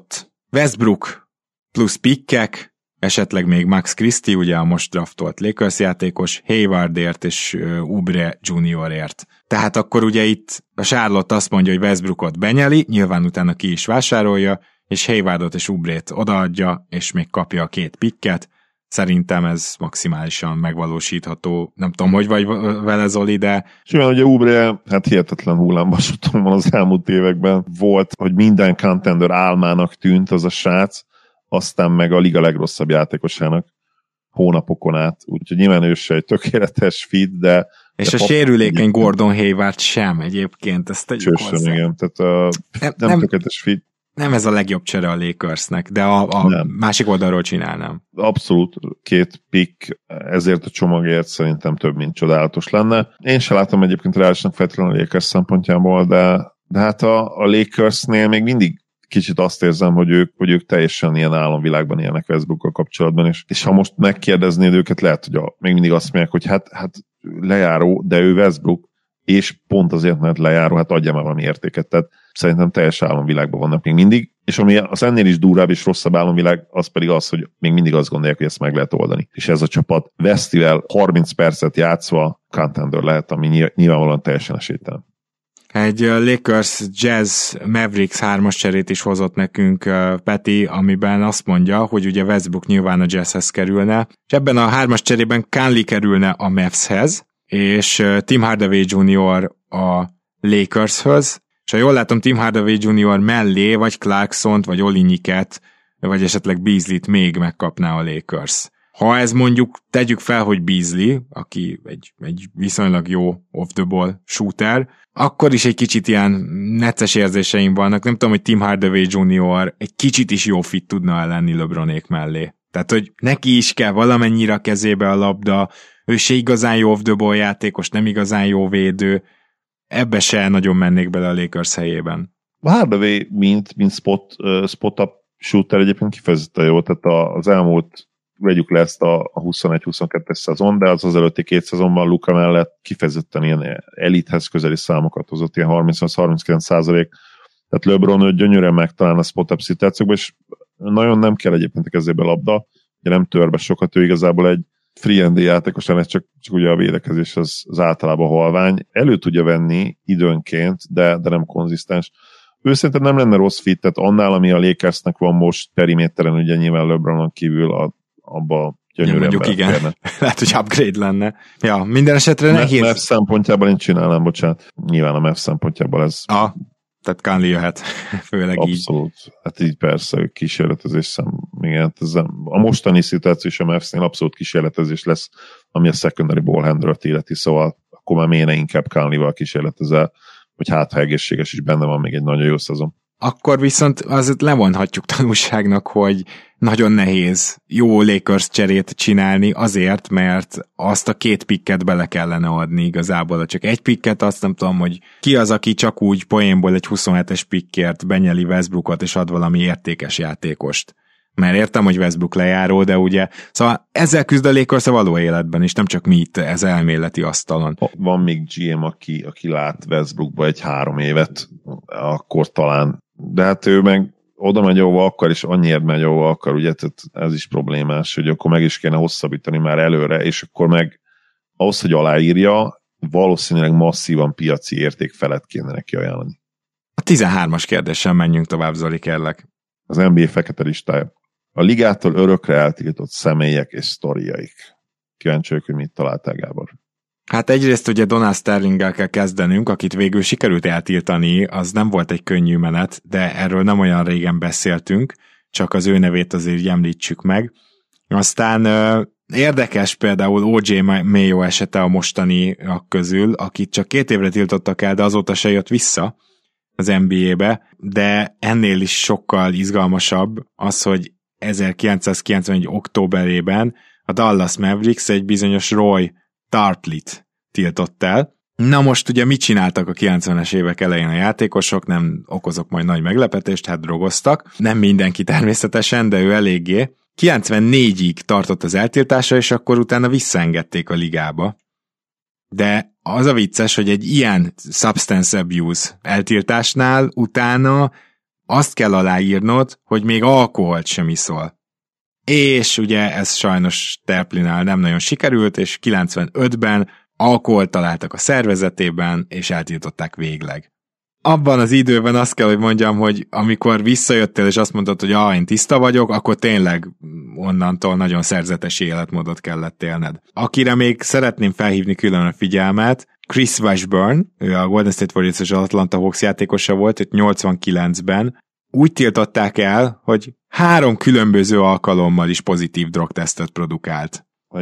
Westbrook plusz pikkek, esetleg még Max Christie, ugye a most draftolt Lakers játékos, Haywardért és Oubre Juniorért. Tehát akkor ugye itt a Charlotte azt mondja, hogy Westbrookot benyeli, nyilván utána ki is vásárolja, és Haywardot és Oubrét odaadja, és még kapja a 2 pikket. Szerintem ez maximálisan megvalósítható. Nem tudom, hogy vagy vele, Zoli, de... És olyan, ugye Oubre, hát hihetetlen hullámvasúton van az elmúlt években. Volt, hogy minden contender álmának tűnt az a srác, aztán meg a liga legrosszabb játékosának hónapokon át. Úgyhogy nyilván ő se egy tökéletes fit, de... És a sérülékeny Gordon Hayward sem egyébként, ezt tegyük hozzá. Igen, tehát nem tökéletes fit. Nem ez a legjobb csere a Lakersnek, de a másik oldalról csinálnám. Abszolút 2 pick ezért a csomagért szerintem több, mint csodálatos lenne. Én se látom egyébként reálisnak feltétlenül a Lakers szempontjából, de hát a Lakersnél még mindig kicsit azt érzem, hogy ők teljesen ilyen álomvilágban élnek Westbrookkal kapcsolatban, és ha most megkérdeznéd őket, lehet, hogy még mindig azt mondják, hogy hát lejáró, de ő Westbrook, és pont azért, mert lejáró, hát adja már valami értéket. Tehát szerintem teljes álomvilágban vannak még mindig, és ami az ennél is durvább és rosszabb álomvilág, az pedig az, hogy még mindig azt gondolják, hogy ezt meg lehet oldani. És ez a csapat Westivel 30 percet játszva contender lehet, ami nyilvánvalóan teljesen esélytelen. Egy Lakers Jazz Mavericks 3-as cserét is hozott nekünk Peti, amiben azt mondja, hogy ugye Westbrook nyilván a Jazzhez kerülne, és ebben a 3-as cserében Conley kerülne a Mavshez, és Tim Hardaway Jr. a Lakershöz, és ha jól látom, Tim Hardaway Jr. mellé vagy Clarksont, vagy Olinyiket, vagy esetleg Beasley-t még megkapná a Lakers. Ha ez mondjuk tegyük fel, hogy Beasley, aki egy viszonylag jó off-the-ball shooter, akkor is egy kicsit ilyen necces érzéseim vannak. Nem tudom, hogy Tim Hardaway Jr. egy kicsit is jó fit tudna lenni LeBronék mellé. Tehát, hogy neki is kell valamennyire a kezébe a labda, ő se igazán jó off-the-ball játékos, nem igazán jó védő, ebbe se nagyon mennék bele a Lakers helyében. A Hardaway, mint spot-up shooter egyébként kifejezetten jó, tehát az elmúlt, vegyük le ezt a 21-22-es szezon, de az előtti 2 szezonban Luka mellett kifejezetten ilyen elithez közeli számokat hozott, ilyen 30-39%. Tehát LeBron ő gyönyörűen megtalálna a spot-up szituációkban, és nagyon nem kell egyébként a kezébe labda, ugye nem tör be sokat, ő igazából egy free and játékos lenne, csak ugye a védekezés az általában halvány. Elő tudja venni időnként, de nem konzisztens. Ő szerintem nem lenne rossz fit, tehát annál, ami a Lakersnek van most periméteren, ugye nyilván LeBronon kívül abba gyönyörűen mondjuk igen, lehet, hogy upgrade lenne. Ja, minden esetre nehéz. Mavs szempontjából én csinálnám, bocsánat. Nyilván a Mavs szempontjából ez... Tehát Conley jöhet, főleg abszolút. így. Abszolút. Hát így persze, kísérletezés igen, a mostani szituáció is a Mavsnél abszolút kísérletezés lesz, ami a secondary ball handler-t illeti, szóval akkor már miért inkább Conley-val kísérletezel, hogy hát ha egészséges is benne van még egy nagyon jó szezon. Akkor viszont azért levonhatjuk tanulságnak, hogy nagyon nehéz jó Lakers cserét csinálni azért, mert azt a 2 pikket bele kellene adni igazából. Csak egy pikket, azt nem tudom, hogy ki az, aki csak úgy poénból egy 27-es pikkért benyeli Westbrookot és ad valami értékes játékost. Mert értem, hogy Westbrook lejáró, de ugye, szóval ezzel küzd a Lakers a való életben is, nem csak mi itt, ez elméleti asztalon. Van még GM, aki lát Westbrookba egy 3 évet, akkor talán, de hát ő meg oda megy, ahova akar, és annyiért megy, ahova akar, ugye, tehát ez is problémás, hogy akkor meg is kéne hosszabbítani már előre, és akkor meg ahhoz, hogy aláírja, valószínűleg masszívan piaci érték felett kéne neki ajánlani. A 13-as kérdéssel menjünk tovább, Zoli, kérlek. Az NBA fekete listája. A ligától örökre eltiltott személyek és sztoriaik. Kíváncsi vagyok, hogy mit találtál, Gábor. Hát egyrészt ugye Donald Sterlinggel kell kezdenünk, akit végül sikerült eltiltani, az nem volt egy könnyű menet, de erről nem olyan régen beszéltünk, csak az ő nevét azért említsük meg. Aztán érdekes például O.J. Mayo esete a mostaniak közül, akit csak 2 évre tiltottak el, de azóta se jött vissza az NBA-be, de ennél is sokkal izgalmasabb az, hogy 1991. októberében a Dallas Mavericks egy bizonyos Roy Tarpley-t tiltott el. Na most ugye mit csináltak a 90-es évek elején a játékosok, nem okozok majd nagy meglepetést, hát drogoztak. Nem mindenki természetesen, de ő eléggé. 94-ig tartott az eltiltása, és akkor utána visszaengedték a ligába. De az a vicces, hogy egy ilyen substance abuse eltiltásnál utána azt kell aláírnod, hogy még alkoholt sem iszol. És ugye ez sajnos Terplinál nem nagyon sikerült, és 95-ben alkoholt találtak a szervezetében, és eltiltották végleg. Abban az időben azt kell, hogy mondjam, hogy amikor visszajöttél, és azt mondtad, hogy én tiszta vagyok, akkor tényleg onnantól nagyon szerzetesi életmódot kellett élned. Akire még szeretném felhívni külön a figyelmet, Chris Washburn, ő a Golden State Warriors és az Atlanta Hawks játékosa volt, hogy 89-ben úgy tiltották el, hogy 3 különböző alkalommal is pozitív drogtesztet produkált.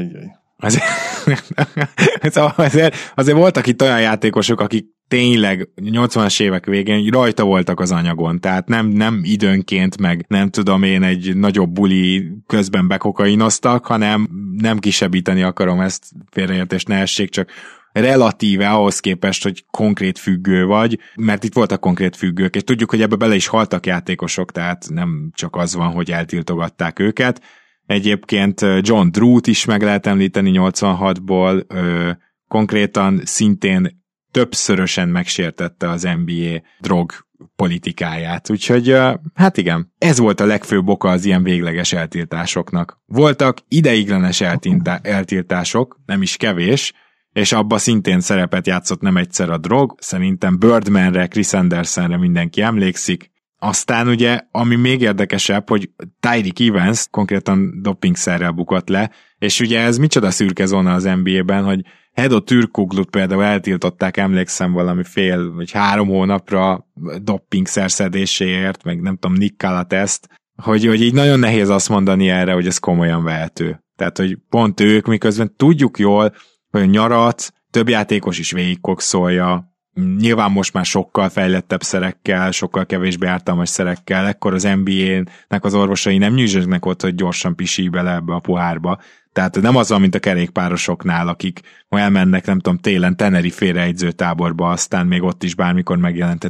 Azért voltak itt olyan játékosok, akik tényleg 80-as évek végén rajta voltak az anyagon, tehát nem időnként, meg nem tudom én, egy nagyobb buli közben bekokainoztak, hanem nem kisebbíteni akarom ezt, félreértés ne essék, csak relatíve ahhoz képest, hogy konkrét függő vagy, mert itt voltak konkrét függők, és tudjuk, hogy ebbe bele is haltak játékosok, tehát nem csak az van, hogy eltiltogatták őket. Egyébként John Drew-t is meg lehet említeni 86-ból, konkrétan szintén többszörösen megsértette az NBA drog politikáját, úgyhogy hát igen, ez volt a legfőbb oka az ilyen végleges eltiltásoknak. Voltak ideiglenes eltiltások, nem is kevés, és abba szintén szerepet játszott nem egyszer a drog, szerintem Birdmanre, Chris Andersonre mindenki emlékszik. Aztán ugye, ami még érdekesebb, hogy Tyreek Evans konkrétan dopingszerrel bukott le, és ugye ez micsoda szürke zóna az NBA-ben, hogy Hedo Turkoglut például eltiltották, emlékszem valami 1,5 vagy 3 hónapra doppingszer szedéséért, meg nem tudom, Nick Calatest, hogy így nagyon nehéz azt mondani erre, hogy ez komolyan vehető. Tehát, hogy pont ők, miközben tudjuk jól, hogy a nyarat több játékos is végigkokszolja, nyilván most már sokkal fejlettebb szerekkel, sokkal kevésbé ártalmas szerekkel, ekkor az NBA-nek az orvosai nem nyűzsögnek ott, hogy gyorsan pisíj bele ebbe a pohárba. Tehát nem az van, mint a kerékpárosoknál, akik elmennek, nem tudom, télen Tenerife-re edzőtáborba, aztán még ott is bármikor megjelent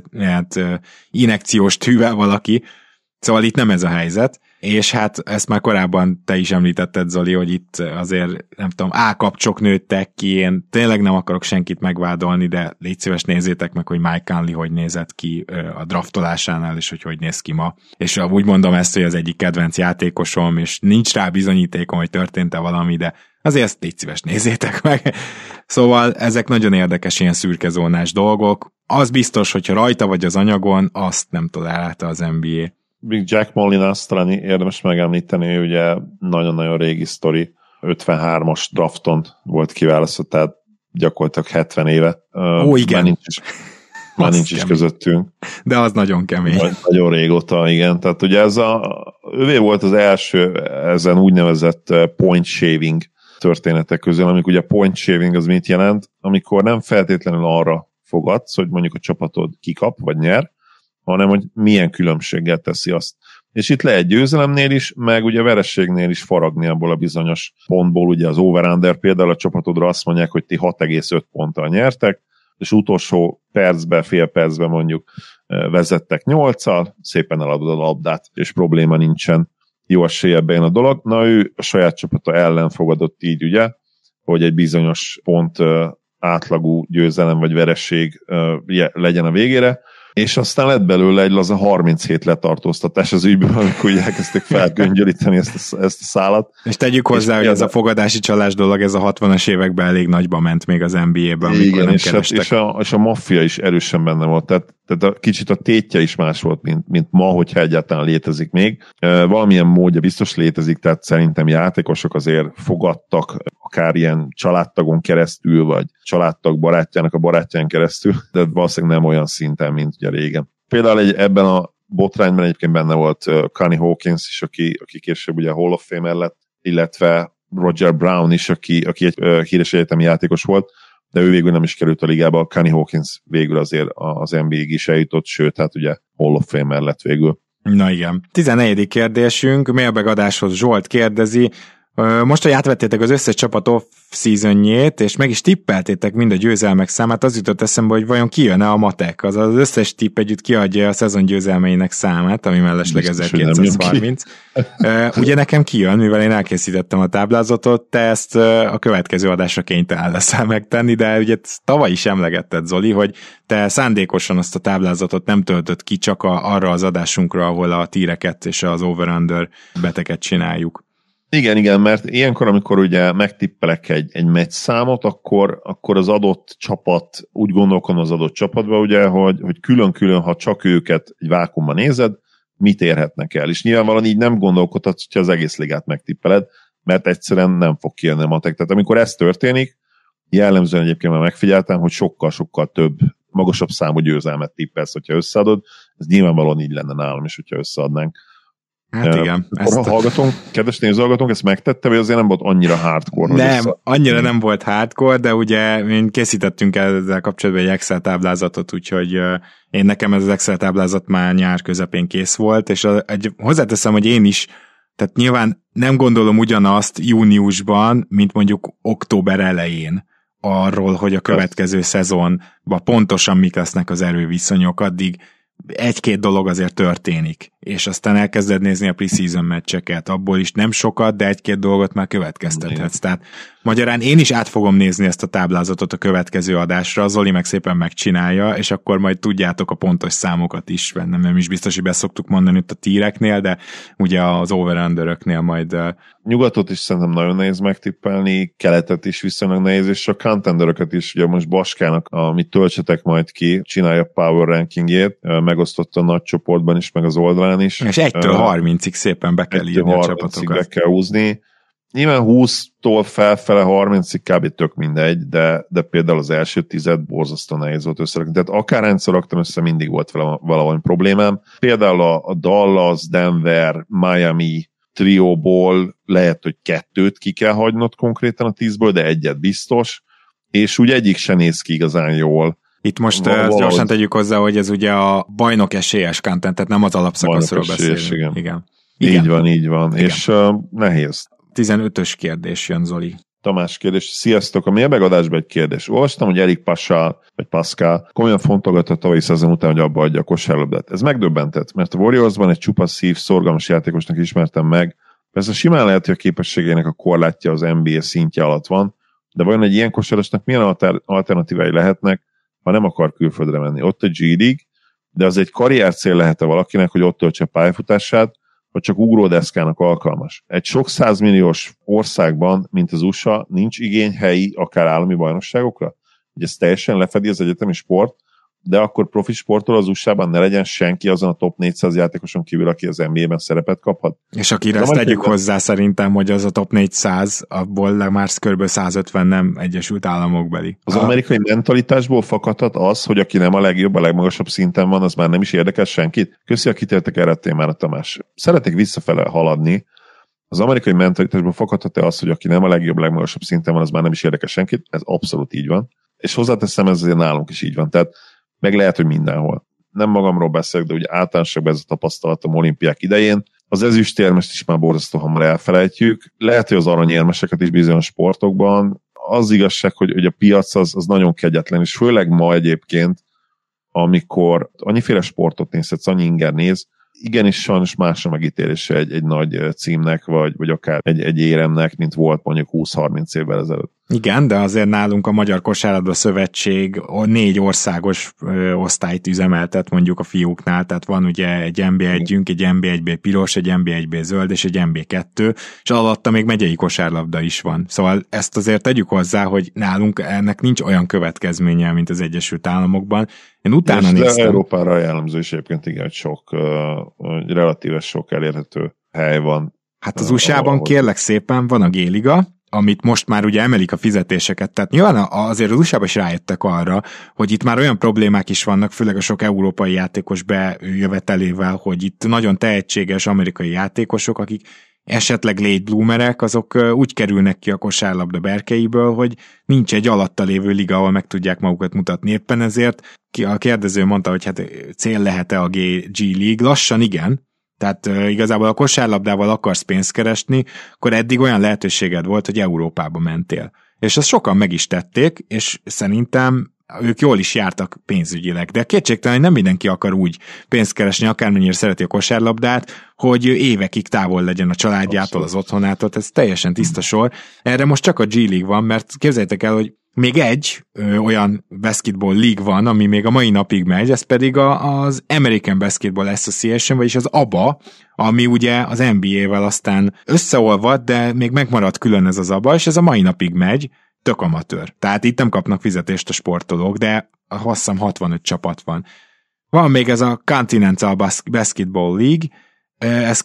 injekciós tűvel valaki. Szóval itt nem ez a helyzet, és hát ezt már korábban te is említetted, Zoli, hogy itt azért, nem tudom, állkapcsok nőttek ki, én tényleg nem akarok senkit megvádolni, de légy szíves, nézzétek meg, hogy Mike Conley hogy nézett ki a draftolásánál, és hogy néz ki ma. És úgy mondom ezt, hogy az egyik kedvenc játékosom, és nincs rá bizonyítékom, hogy történt-e valami, de azért ezt légy szíves, nézzétek meg. Szóval ezek nagyon érdekes ilyen szürkezónás dolgok. Az biztos, hogyha rajta vagy az anyagon, azt nem tolerálta az NBA. Jack Molinas talán érdemes megemlíteni, ő ugye nagyon-nagyon régi sztori, 53-as drafton volt kiválasztva, tehát gyakorlatilag 70 éve. Igen. Már nincs is közöttünk. De az nagyon kemény. Nagyon régóta, igen. Tehát ugye ővé volt az első ezen úgynevezett point shaving történetek közül, amikor ugye point shaving az mit jelent, amikor nem feltétlenül arra fogadsz, hogy mondjuk a csapatod kikap, vagy nyer, hanem hogy milyen különbséggel teszi azt. És itt lehet győzelemnél is, meg ugye vereségnél is faragni abból a bizonyos pontból, ugye az over-under például a csapatodra azt mondják, hogy ti 6,5 ponttal nyertek, és utolsó percben, fél percben mondjuk vezettek 8-al, szépen eladod a labdát, és probléma nincsen, jó esélye ebben a dolog. Na ő a saját csapata ellen fogadott így, ugye, hogy egy bizonyos pont átlagú győzelem vagy vereség legyen a végére, és aztán lett belőle egy laza 37 letartóztatás az ügyből, amikor ugye elkezdték felgöngyölíteni ezt a szálat. És tegyük hozzá, hogy ez a fogadási csalás dolog, ez a 60-as években elég nagyba ment még az NBA-ben, amikor igen, nem kerestek. És a maffia is erősen benne volt, tehát kicsit a tétje is más volt, mint ma, hogyha egyáltalán létezik még. Valamilyen módja biztos létezik, tehát szerintem játékosok azért fogadtak, akár ilyen családtagon keresztül, vagy családtag barátjának a barátján keresztül, de valószínűleg nem olyan szinten, mint ugye régen. Például ebben a botrányban egyébként benne volt Connie Hawkins is, aki később ugye Hall of Famer lett, illetve Roger Brown is, aki egy híres egyetemi játékos volt, de ő végül nem is került a ligába. Connie Hawkins végül azért az NBA-ig is eljutott, sőt, hát ugye Hall of Famer lett végül. Na igen. 14. kérdésünk, mailbag adáshoz Zsolt kérdezi, Most, hogy átvettétek az összes csapat off-seasonjét, és meg is tippeltétek mind a győzelmek számát, az jutott eszembe, hogy vajon kijön-e a matek, azaz az összes tipp együtt kiadja a szezon győzelmeinek számát, ami mellesleg 1230. Ugye nekem kijön, mivel én elkészítettem a táblázatot, te ezt a következő adásra kénytelen leszel megtenni, de ugye tavaly is emlegetted, Zoli, hogy te szándékosan azt a táblázatot nem töltött ki csak arra az adásunkra, ahol a tíreket és az over-under beteket csináljuk. Igen, mert ilyenkor, amikor ugye megtippelek egy meccs számot, akkor az adott csapat, úgy gondolkodom az adott csapatban, ugye, hogy külön-külön, ha csak őket egy vákuumban nézed, mit érhetnek el. És nyilvánvalóan így nem gondolkodhatsz, hogyha az egész ligát megtippeled, mert egyszerűen nem fog kijönni a matek. Tehát amikor ez történik, jellemzően egyébként már megfigyeltem, hogy sokkal-sokkal több, magasabb számú győzelmet tippelsz, hogyha összeadod. Ez nyilvánvalóan így lenne nálam is, hogyha összeadnánk. Hát igen. Kedves nézőhallgatónk, ezt megtette, vagy azért nem volt annyira hardcore? Nem, annyira nem volt hardcore, de ugye készítettünk ezzel kapcsolatban egy Excel táblázatot, úgyhogy nekem ez az Excel táblázat már nyár közepén kész volt, és hozzáteszem, hogy én is, tehát nyilván nem gondolom ugyanazt júniusban, mint mondjuk október elején arról, hogy a következő szezonban pontosan mik lesznek az erőviszonyok, addig egy-két dolog azért történik, és aztán elkezded nézni a preseason meccseket, abból is nem sokat, de egy-két dolgot már következtethetsz. Tehát magyarán én is át fogom nézni ezt a táblázatot a következő adásra, Zoli meg szépen megcsinálja, és akkor majd tudjátok a pontos számokat is, nem is biztos, hogy beszoktuk mondani itt a tíreknél, de ugye az over-underöknél majd... Nyugatot is szerintem nagyon nehéz megtippelni, keletet is viszonylag nehéz, és a contenderöket is, ugye most Baskának, amit töltsetek majd ki, csinálja a power rankingjét, megosztotta a nagy csoportban is, meg az oldalán is. És 1-től 30-ig szépen be kell írni a csapatokat. Be kell húzni. Nyilván 20-tól felfele 30-ig kb. Tök mindegy, de például az első 10 borzasztó nehéz volt összerakni. Tehát akárhányszor raktam össze, mindig volt valami problémám. Például a Dallas, Denver, Miami trióból lehet, hogy 2 ki kell hagynod konkrétan a 10-ből, de 1 biztos, és úgy egyik se néz ki igazán jól. Itt most gyorsan tegyük hozzá, hogy ez ugye a bajnok esélyes content, tehát nem az alapszakaszról beszélünk. Igen. Így van. Igen. És nehéz. 15-ös kérdés jön, Zoli. Tamás kérdés. Sziasztok! A mérbegadásban egy kérdés. Olvastam, hogy Erik Pascal komolyan fontolgatta a tavalyi szezon után, hogy abba adja a kosárlabdát. Ez megdöbbentett, mert a Warriorsban egy csupa szív, szorgalmas játékosnak ismertem meg. Persze simán lehet, hogy a képességének a korlátja az NBA szintje alatt van, de vajon egy ilyen kosárosnak milyen alternatívái lehetnek, ha nem akar külföldre menni? Ott a G-League, de az egy karriercél lehet-e valakinek, hogy ott töltse pályafutását, vagy csak ugródeszkának alkalmas. Egy sok százmilliós országban, mint az USA, nincs igény helyi, akár állami bajnokságokra? Ugye ez teljesen lefedi az egyetemi sport, de akkor profi sportol az USA-ban ne legyen senki azon a top 400 játékoson kívül, aki az NBA-ben szerepet kaphat. És akire ezt tegyük hozzá szerintem, hogy az a top 400, abból már kb. 150 nem Egyesült Államokbeli. Az amerikai mentalitásból fakadhat az, hogy aki nem a legjobb, a legmagasabb szinten van, az már nem is érdekel senkit. Köszi, hogy kitértek erre a témára, Tamás. Szeretnék visszafele haladni. Az amerikai mentalitásból fakadhat-e az, hogy aki nem a legjobb, legmagasabb szinten van, az már nem is érdekel senkit? Ez abszolút így van. És hozzáteszem, ez azért nálunk is így van. Tehát meg lehet, hogy mindenhol. Nem magamról beszélek, de ugye általánosságban ez a tapasztalatom olimpiák idején. Az ezüstérmest is már borzasztó hamar elfelejtjük. Lehet, hogy az aranyérmeseket is bizonyos sportokban. Az igazság, hogy a piac az nagyon kegyetlen, és főleg ma egyébként, amikor annyiféle sportot nézhetsz, annyi inger néz, igenis sajnos más a megítélése egy nagy címnek, vagy akár egy éremnek, mint volt mondjuk 20-30 évvel ezelőtt. Igen, de azért nálunk a Magyar Kosárlabda Szövetség 4 országos osztályt üzemeltet mondjuk a fiúknál, tehát van ugye egy NB1-ünk, egy NB1B piros, egy NB1B zöld és egy NB2, és alatta még megyei kosárlabda is van. Szóval ezt azért tegyük hozzá, hogy nálunk ennek nincs olyan következménye, mint az Egyesült Államokban. Én utána néztem. De Európára jellemző is egyébként igen, hogy relatíve sok elérhető hely van. Hát az USA-ban kérlek szépen van a G-liga, amit most már ugye emelik a fizetéseket, tehát nyilván azért az USA-ban is rájöttek arra, hogy itt már olyan problémák is vannak, főleg a sok európai játékos bejövetelével, hogy itt nagyon tehetséges amerikai játékosok, akik esetleg late bloomerek, azok úgy kerülnek ki a kosárlabda berkeiből, hogy nincs egy alatta lévő liga, ahol meg tudják magukat mutatni. Éppen ezért a kérdező mondta, hogy hát cél lehet-e a G-League? Lassan igen. Tehát igazából a kosárlabdával akarsz pénzt keresni, akkor eddig olyan lehetőséged volt, hogy Európába mentél. És ezt sokan meg is tették, és szerintem ők jól is jártak pénzügyileg, de kétségtelen, hogy nem mindenki akar úgy pénzt keresni, akármennyire szereti a kosárlabdát, hogy évekig távol legyen a családjától, az otthonától, ez teljesen tiszta sor. Erre most csak a G-League van, mert képzeljétek el, hogy még egy olyan basketball league van, ami még a mai napig megy, ez pedig az American Basketball Association, vagyis az ABA, ami ugye az NBA-vel aztán összeolvad, de még megmaradt külön ez az ABA, és ez a mai napig megy, tök amatőr. Tehát itt nem kapnak fizetést a sportolók, de azt hiszem 65 csapat van. Van még ez a Continental Basketball League, ez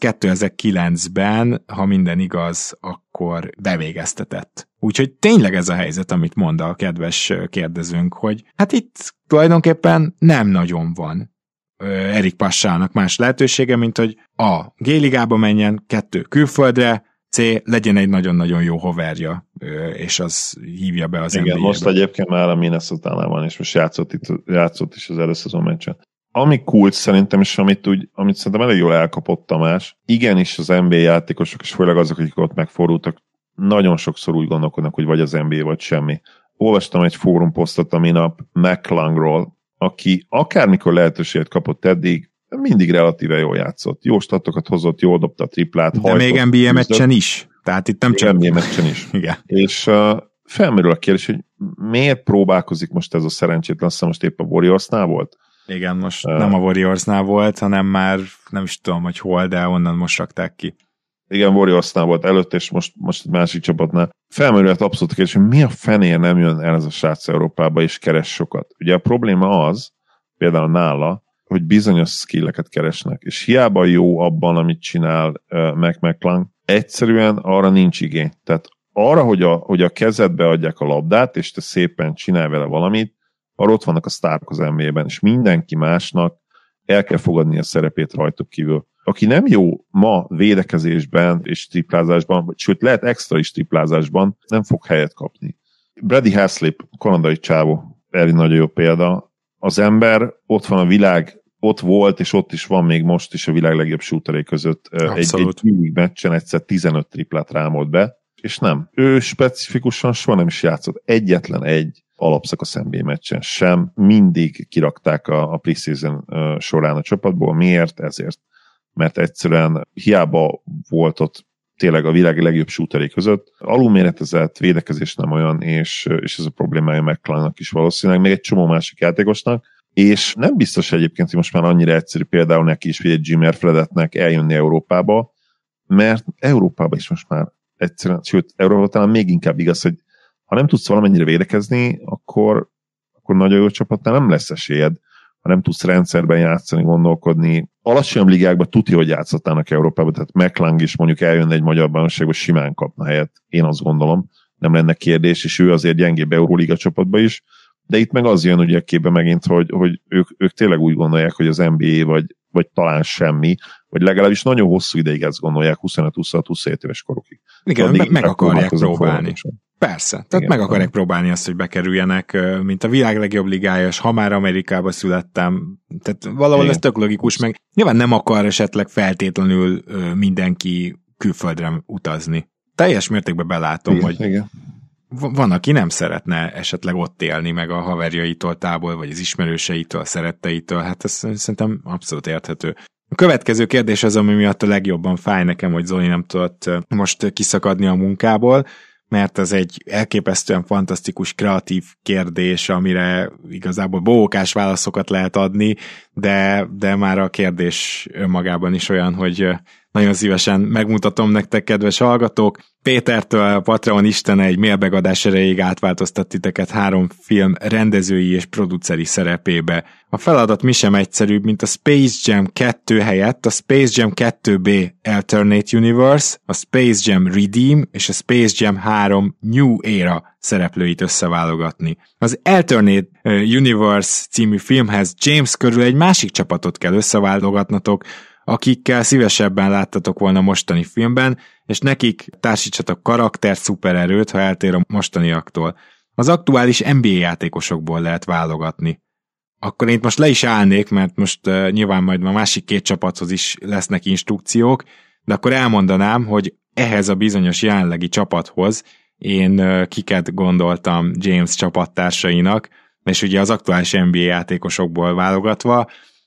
2009-ben, ha minden igaz, akkor bevégeztetett. Úgyhogy tényleg ez a helyzet, amit mond a kedves kérdezőnk, hogy hát itt tulajdonképpen nem nagyon van Erik Passának más lehetősége, mint hogy A. G-ligába menjen, 2. külföldre, C. legyen egy nagyon-nagyon jó hoverja, és az hívja be az NBA-be. Igen, most egyébként már a Minnesota-nál van, és most játszott is az előszezon meccsen. Ami kult szerintem, és amit szerintem elég jól elkapott Tamás, igenis az NBA játékosok, és főleg azok, akik ott megfordultak, nagyon sokszor úgy gondolkodnak, hogy vagy az NBA, vagy semmi. Olvastam egy fórumposztot a minap McClungról, aki akármikor lehetőséget kapott eddig, mindig relatíve jól játszott. Jó statokat hozott, jól dobta a triplát. De hajtott, még NBA meccsen is. Tehát itt nem csak... NBA meccsen is. Igen. És felmerül a kérdés, hogy miért próbálkozik most ez a szerencsétlen, azt hiszem most épp a Warriorsnál volt? Igen, most nem a Warriorsnál volt, hanem már nem is tudom, hogy hol, de onnan most rakták ki. Igen, Warriorsnál volt előtt, és most egy másik csapatnál. Felmerülhet abszolút a kérdés, hogy mi a fenér nem jön el ez a srác Európába, és keres sokat. Ugye a probléma az, például nála, hogy bizonyos skilleket keresnek, és hiába jó abban, amit csinál McClung, egyszerűen arra nincs igény. Tehát arra, hogy a kezedbe adják a labdát, és te szépen csinálj vele valamit, arra ott vannak a sztárok az NBA-ben, és mindenki másnak el kell fogadni a szerepét rajtuk kívül. Aki nem jó ma védekezésben és triplázásban, sőt lehet extra is triplázásban, nem fog helyet kapni. Brady Haslip, kanadai csávó, elég nagyon jó példa. Az ember ott van a világ, ott volt, és ott is van még most is a világ legjobb shooterei között. Egy meccsen egyszer 15 triplát rámolt be, és nem. Ő specifikusan soha nem is játszott egyetlen egy alapszakasz NBA meccsen sem. Mindig kirakták a preseason során a csapatból. Miért? Ezért. Mert egyszerűen hiába volt ott tényleg a világ legjobb shooterei között. Alulméretezett, védekezés nem olyan, és ez a problémája McClungnak is valószínűleg, még egy csomó másik játékosnak, és nem biztos egyébként, hogy most már annyira egyszerű például neki is, vagy egy Jimmer Fredetnek eljönni Európába, mert Európába is most már egyszerűen, sőt, Európában talán még inkább igaz, hogy ha nem tudsz valamennyire védekezni, akkor nagyon jó csapatnál nem lesz esélyed, ha nem tudsz rendszerben játszani, gondolkodni. Alacsonyabb ligákban tudja, hogy játszottának Európában, tehát McClung is mondjuk eljönne egy magyar bajnokságba, simán kapna helyet, én azt gondolom, nem lenne kérdés, és ő azért gyengébb Euróliga csapatba is, de itt meg az jön ugye képbe megint, hogy ők tényleg úgy gondolják, hogy az NBA vagy talán semmi, vagy legalábbis nagyon hosszú ideig ezt gondolják, 25-26-27 éves korukig. Igen, meg akarják próbálni. Persze, tehát igen, meg akarják próbálni azt, hogy bekerüljenek, mint a világ legjobb ligája, és ha már Amerikába születtem, tehát valahol igen. Ez tök logikus, meg nyilván nem akar esetleg feltétlenül mindenki külföldre utazni. Teljes mértékben belátom, igen, hogy igen. Van, aki nem szeretne esetleg ott élni, meg a haverjaitól távol, vagy az ismerőseitől, a szeretteitől, hát ez szerintem abszolút érthető. A következő kérdés az, ami miatt a legjobban fáj nekem, hogy Zoli nem tudott most kiszakadni a munkából, mert ez egy elképesztően fantasztikus, kreatív kérdés, amire igazából bohókás válaszokat lehet adni, de már a kérdés önmagában is olyan, hogy nagyon szívesen megmutatom nektek, kedves hallgatók. Pétertől, a Patreon istene egy mailbegadás erejéig átváltoztat titeket 3 film rendezői és produceri szerepébe. A feladat mi sem egyszerűbb, mint a Space Jam 2 helyett a Space Jam 2B Alternate Universe, a Space Jam Redeem és a Space Jam 3 New Era szereplőit összeválogatni. Az Alternate Universe című filmhez James körül egy másik csapatot kell összeválogatnatok, akikkel szívesebben láttatok volna mostani filmben, és nekik társítsatok karakter, szupererőt, ha eltér a mostaniaktól. Az aktuális NBA játékosokból lehet válogatni. akkor én itt most le is állnék, mert most nyilván majd a másik két csapathoz is lesznek instrukciók, de akkor elmondanám, hogy ehhez a bizonyos jelenlegi csapathoz én kiket gondoltam James csapattársainak, és ugye az aktuális NBA játékosokból válogatva,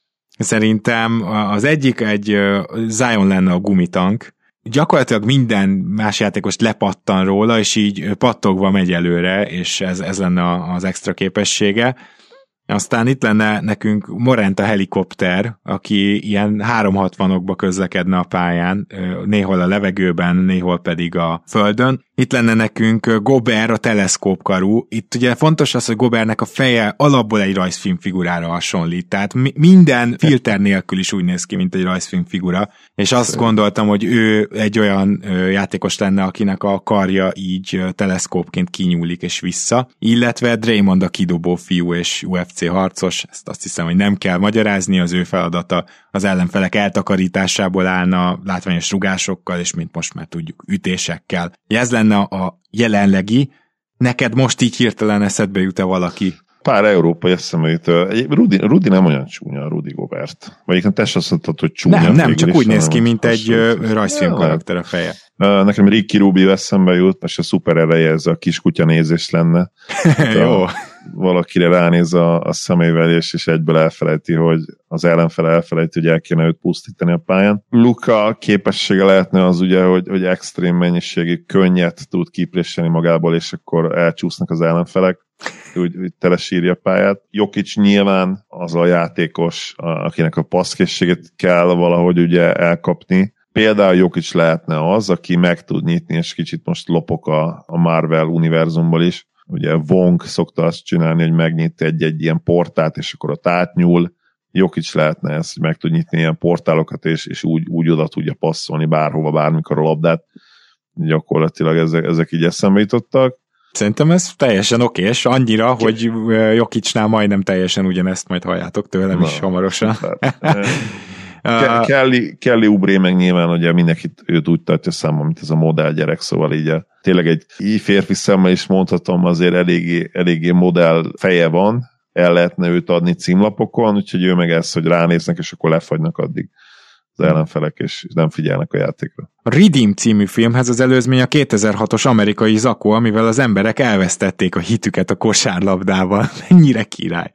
szerintem az egyik egy Zion lenne a gumitank, gyakorlatilag minden más játékost lepattan róla, és így pattogva megy előre, és ez lenne az extra képessége. Aztán itt lenne nekünk Morant a helikopter, aki ilyen 360-okba közlekedne a pályán, néhol a levegőben, néhol pedig a földön. Itt lenne nekünk Gobert a teleszkópkarú. Itt ugye fontos az, hogy Gobertnek a feje alapból egy rajzfilm figurára hasonlít, tehát minden filter nélkül is úgy néz ki, mint egy rajzfilm figura, és azt gondoltam, hogy ő egy olyan játékos lenne, akinek a karja így teleszkópként kinyúlik és vissza, illetve Draymond a kidobó fiú és UFC harcos, ezt azt hiszem, hogy nem kell magyarázni, az ő feladata az ellenfelek eltakarításából állna, látványos rugásokkal, és mint most már tudjuk, ütésekkel. Ez lenne a jelenlegi, neked most így hirtelen eszedbe jut-e valaki? Pár európai eszembe jut. Rudy nem olyan csúnya, Rudy Gobert. Vagy te sem azt mondtad, hogy csúnya. Nem, csak úgy néz ki, mint egy rajzfilm karakter a feje. Nekem Ricky Rubio eszembe jut, és a szuper ereje ez a kiskutya nézés lenne. Jó. Valakire ránéz a szemével, és egyből elfelejti, hogy az ellenfele elfelejti, hogy el kéne őt pusztítani a pályán. Luka képessége lehetne az ugye, hogy extrém mennyiségű könnyet tud kipréselni magából, és akkor elcsúsznak az ellenfelek, úgy telesírja a pályát. Jokic nyilván az a játékos, akinek a passzkészséget kell valahogy ugye elkapni. Például Jokic lehetne az, aki meg tud nyitni, és kicsit most lopok a Marvel univerzumból is. Ugye Wong szokta azt csinálni, hogy megnyit egy ilyen portát, és akkor ott átnyúl. Jokic lehetne ez, hogy meg tud nyitni ilyen portálokat, és úgy oda tudja passzolni bárhova, bármikor a labdát. Gyakorlatilag ezek így eszembe jutottak. Szerintem ez teljesen okés, annyira, hogy Jokicnál majdnem teljesen ugyanezt majd halljátok tőlem is hamarosan. Kelly Oubre meg nyilván ugye mindenkit őt úgy tartja számon, mint ez a modell gyerek, szóval tényleg egy férfi szemmel is mondhatom, azért eléggé modell feje van, el lehetne őt adni címlapokon, úgyhogy ő meg ez, hogy ránéznek, és akkor lefagynak addig az ellenfelek, és nem figyelnek a játékra. A Redeem című filmhez az előzmény a 2006-os amerikai zakó, amivel az emberek elvesztették a hitüket a kosárlabdával. Mennyire király!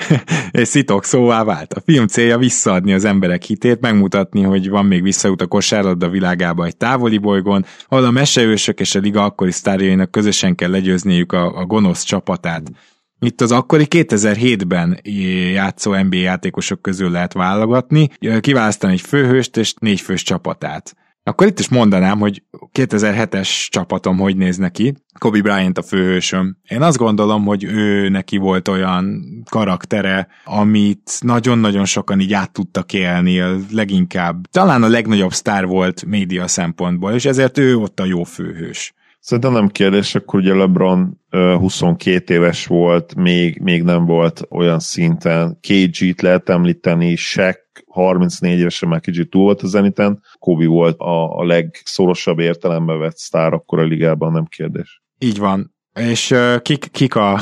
És szitok szóvá vált. A film célja visszaadni az emberek hitét, megmutatni, hogy van még visszaút a kosárlabda világába egy távoli bolygón, ahol a meseősök és a liga akkori sztárjainak közösen kell legyőzniük a gonosz csapatát. Itt az akkori 2007-ben játszó NBA játékosok közül lehet válogatni, kiválasztani egy főhőst és 4 fős csapatát. Akkor itt is mondanám, hogy 2007-es csapatom hogy néz neki. Kobe Bryant a főhősöm. Én azt gondolom, hogy ő neki volt olyan karaktere, amit nagyon-nagyon sokan így át tudtak élni, leginkább talán a legnagyobb sztár volt média szempontból, és ezért ő ott a jó főhős. Szerintem nem kérdés, akkor ugye LeBron 22 éves volt, még nem volt olyan szinten. KG-t lehet említeni, Shaq 34 évesen már kicsit túl volt a zeniten, Kobe volt a legszorosabb értelemben vett sztár akkor a ligában, nem kérdés. Így van. És kik a...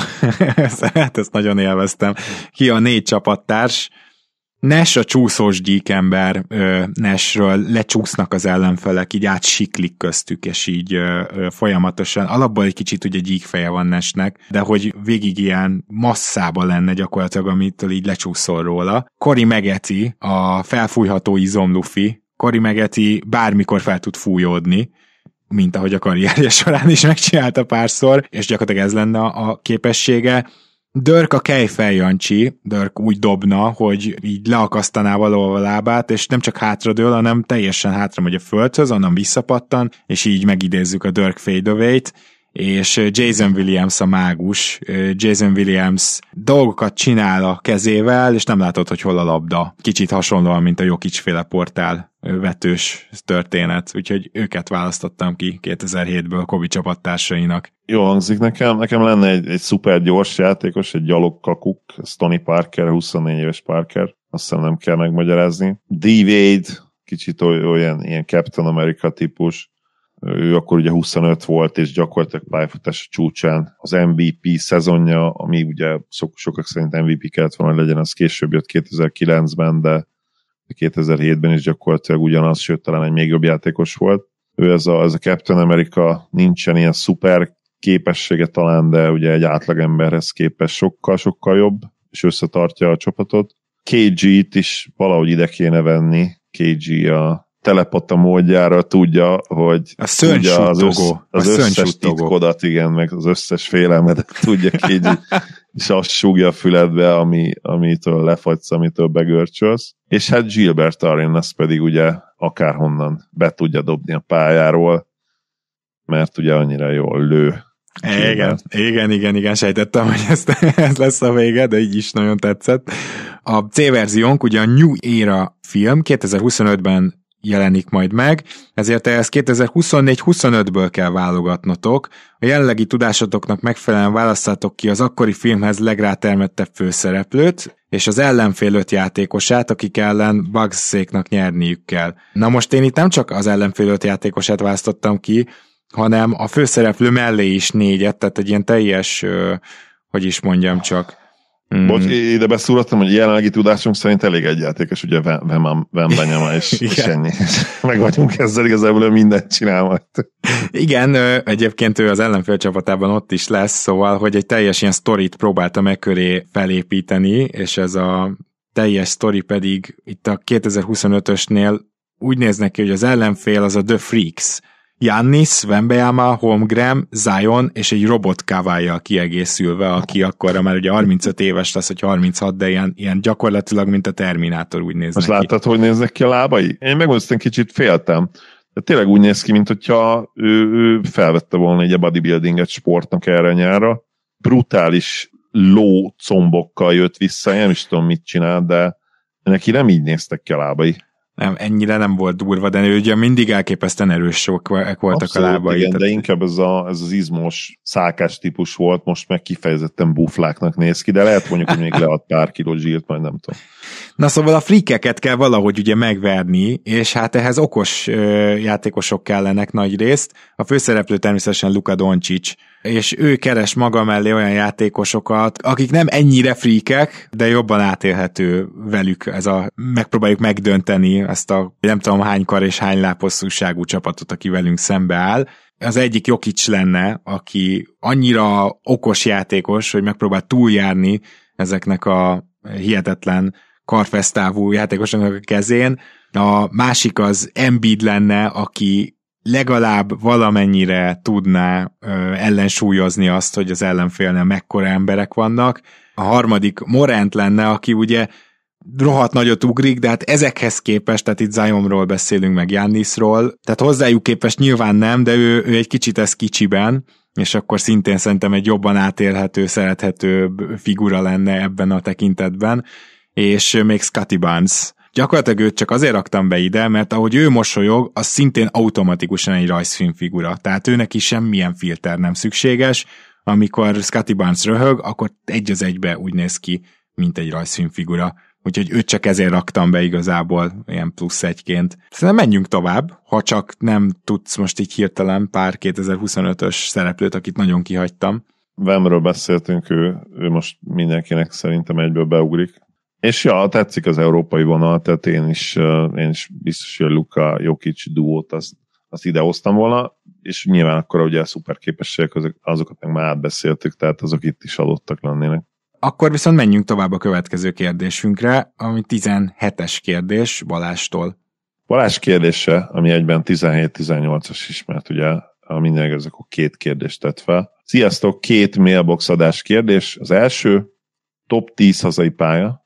hát ezt nagyon élveztem. Ki a 4 csapattárs? Nash a csúszós gyíkember, Nashről lecsúsznak az ellenfelek, így átsiklik köztük, és így folyamatosan, alapból egy kicsit ugye gyíkfeje van Nashnek, de hogy végig ilyen masszában lenne gyakorlatilag, amitől így lecsúszol róla. Cory Maggette, a felfújható izomlufi, Cory Maggette bármikor fel tud fújódni, mint ahogy a karrierje során is megcsinálta párszor, és gyakorlatilag ez lenne a képessége. Dirk a kejfeljancsi, Dirk úgy dobna, hogy így leakasztaná valahol a lábát, és nem csak hátradől, hanem teljesen hátra megy a földhöz, onnan visszapattan, és így megidézzük a Dirk fadeaway-t, és Jason Williams a mágus. Jason Williams dolgokat csinál a kezével, és nem látod, hogy hol a labda. Kicsit hasonlóan, mint a Jokic-féle portál vetős történet, úgyhogy őket választottam ki 2007-ből Kobe csapattársainak. Jó hangzik nekem lenne egy szuper gyors játékos, egy gyalogkakuk, Tony Parker, 24 éves Parker, azt hiszem nem kell megmagyarázni. D. Wade, kicsit olyan ilyen Captain America típus, ő akkor ugye 25 volt, és gyakorlatilag pályafutás csúcsán az MVP szezonja, ami ugye sokak szerint MVP kellett volna, hogy legyen, az később jött 2009-ben, de 2007-ben is gyakorlatilag ugyanaz, sőt talán egy még jobb játékos volt. Ő ez a Captain America, nincsen ilyen szuper képessége talán, de ugye egy átlagemberhez képest sokkal jobb, és összetartja a csapatot. KG-t is valahogy ide kéne venni. KG a telepata módjára tudja, hogy az összes titkodat, igen, meg az összes félelmedet tudja KG, és azt súgja a füledbe, amitől lefagysz, amitől begörcsölsz. És hát Gilbert Arenas pedig ugye akárhonnan be tudja dobni a pályáról, mert ugye annyira jól lő. Igen, sejtettem, hogy ez lesz a vége, de így is nagyon tetszett. A C-verziónk ugye a New Era film 2025-ben jelenik majd meg, ezért ehhez 2024-25-ből kell válogatnotok. A jelenlegi tudásotoknak megfelelően választátok ki az akkori filmhez legrátermettebb főszereplőt, és az ellenfél 5 játékosát, akik ellen Bugszéknak nyerniük kell. Na most én itt nem csak az ellenfél 5 játékosát választottam ki, hanem a főszereplő mellé is 4-et, tehát egy ilyen teljes, hogy is mondjam csak. Bocs, ide beszúrottam, hogy jelenlegi tudásunk szerint elég egy játékos, ugye Wembanyama, és ennyi. Meg vagyunk ezzel, igazából mindent csinál majd. Igen, egyébként ő az ellenfél csapatában ott is lesz, szóval, hogy egy teljes ilyen sztorit próbálta meg köré felépíteni, és ez a teljes sztori pedig itt a 2025-ösnél úgy néz neki, hogy az ellenfél az a The Freaks. Giannis, Wembanyama, Holmgren, Zion és egy robot Kawhi-jal kiegészülve, aki akkorra már ugye 35 éves lesz, vagy 36, de ilyen gyakorlatilag, mint a Terminátor úgy néz most neki. Most láttad, hogy néznek ki a lábai? Én megmondtam, kicsit féltem. De tényleg úgy néz ki, mint hogyha ő felvette volna egy bodybuildinget sportnak erre nyára. Brutális ló combokkal jött vissza, én nem is tudom, mit csinál, de neki nem így néztek ki a lábai. Nem, ennyire nem volt durva, de ő ugye mindig elképesztően erősök voltak abszolút, a lábai. Igen, de inkább ez az izmos szálkás típus volt, most meg kifejezetten bufláknak néz ki, de lehet mondjuk, hogy még lead pár kiló zsírt, majd nem tudom. Na szóval a freakeket kell valahogy ugye megverni, és hát ehhez okos játékosok kellenek nagy részt. A főszereplő természetesen Luka Doncic, és ő keres maga mellé olyan játékosokat, akik nem ennyire freakek, de jobban átélhető velük megpróbáljuk megdönteni ezt a nem tudom hány kar és hány lábhosszúságú csapatot, aki velünk szembe áll. Az egyik Jokic lenne, aki annyira okos játékos, hogy megpróbál túljárni ezeknek a hihetetlen karfesztávú játékosoknak a kezén. A másik az Embiid lenne, aki legalább valamennyire tudná ellensúlyozni azt, hogy az ellenfélnél mekkora emberek vannak. A harmadik Morant lenne, aki ugye rohadt nagyot ugrik, de hát ezekhez képest, tehát itt Zionról beszélünk, meg Giannisról, tehát hozzájuk képest nyilván nem, de ő egy kicsit ez kicsiben, és akkor szintén szerintem egy jobban átélhető, szerethetőbb figura lenne ebben a tekintetben, és még Scottie Barnes. Gyakorlatilag őt csak azért raktam be ide, mert ahogy ő mosolyog, az szintén automatikusan egy rajzfilmfigura. Tehát őnek is semmilyen filter nem szükséges. Amikor Scottie Barnes röhög, akkor egy az egybe úgy néz ki, mint egy rajzfilmfigura. Úgyhogy őt csak ezért raktam be igazából, ilyen plusz egyként. Szerintem menjünk tovább, ha csak nem tudsz most így hirtelen pár 2025-ös szereplőt, akit nagyon kihagytam. Vemről beszéltünk, ő most mindenkinek szerintem egyből beugrik. És ja, tetszik az európai vonal, tehát én is biztos, hogy a Luka Jokic duót azt idehoztam volna, és nyilván akkor ugye a szuper képességek, azokat meg már átbeszéltük, tehát azok itt is adottak lennének. Akkor viszont menjünk tovább a következő kérdésünkre, ami 17-es kérdés Balástól. Balázs kérdése, ami egyben 17-18-as is, mert ugye a minden igaz, akkor 2 kérdést tett fel. Sziasztok, 2 mailbox adás kérdés. Az első, top 10 hazai pálya.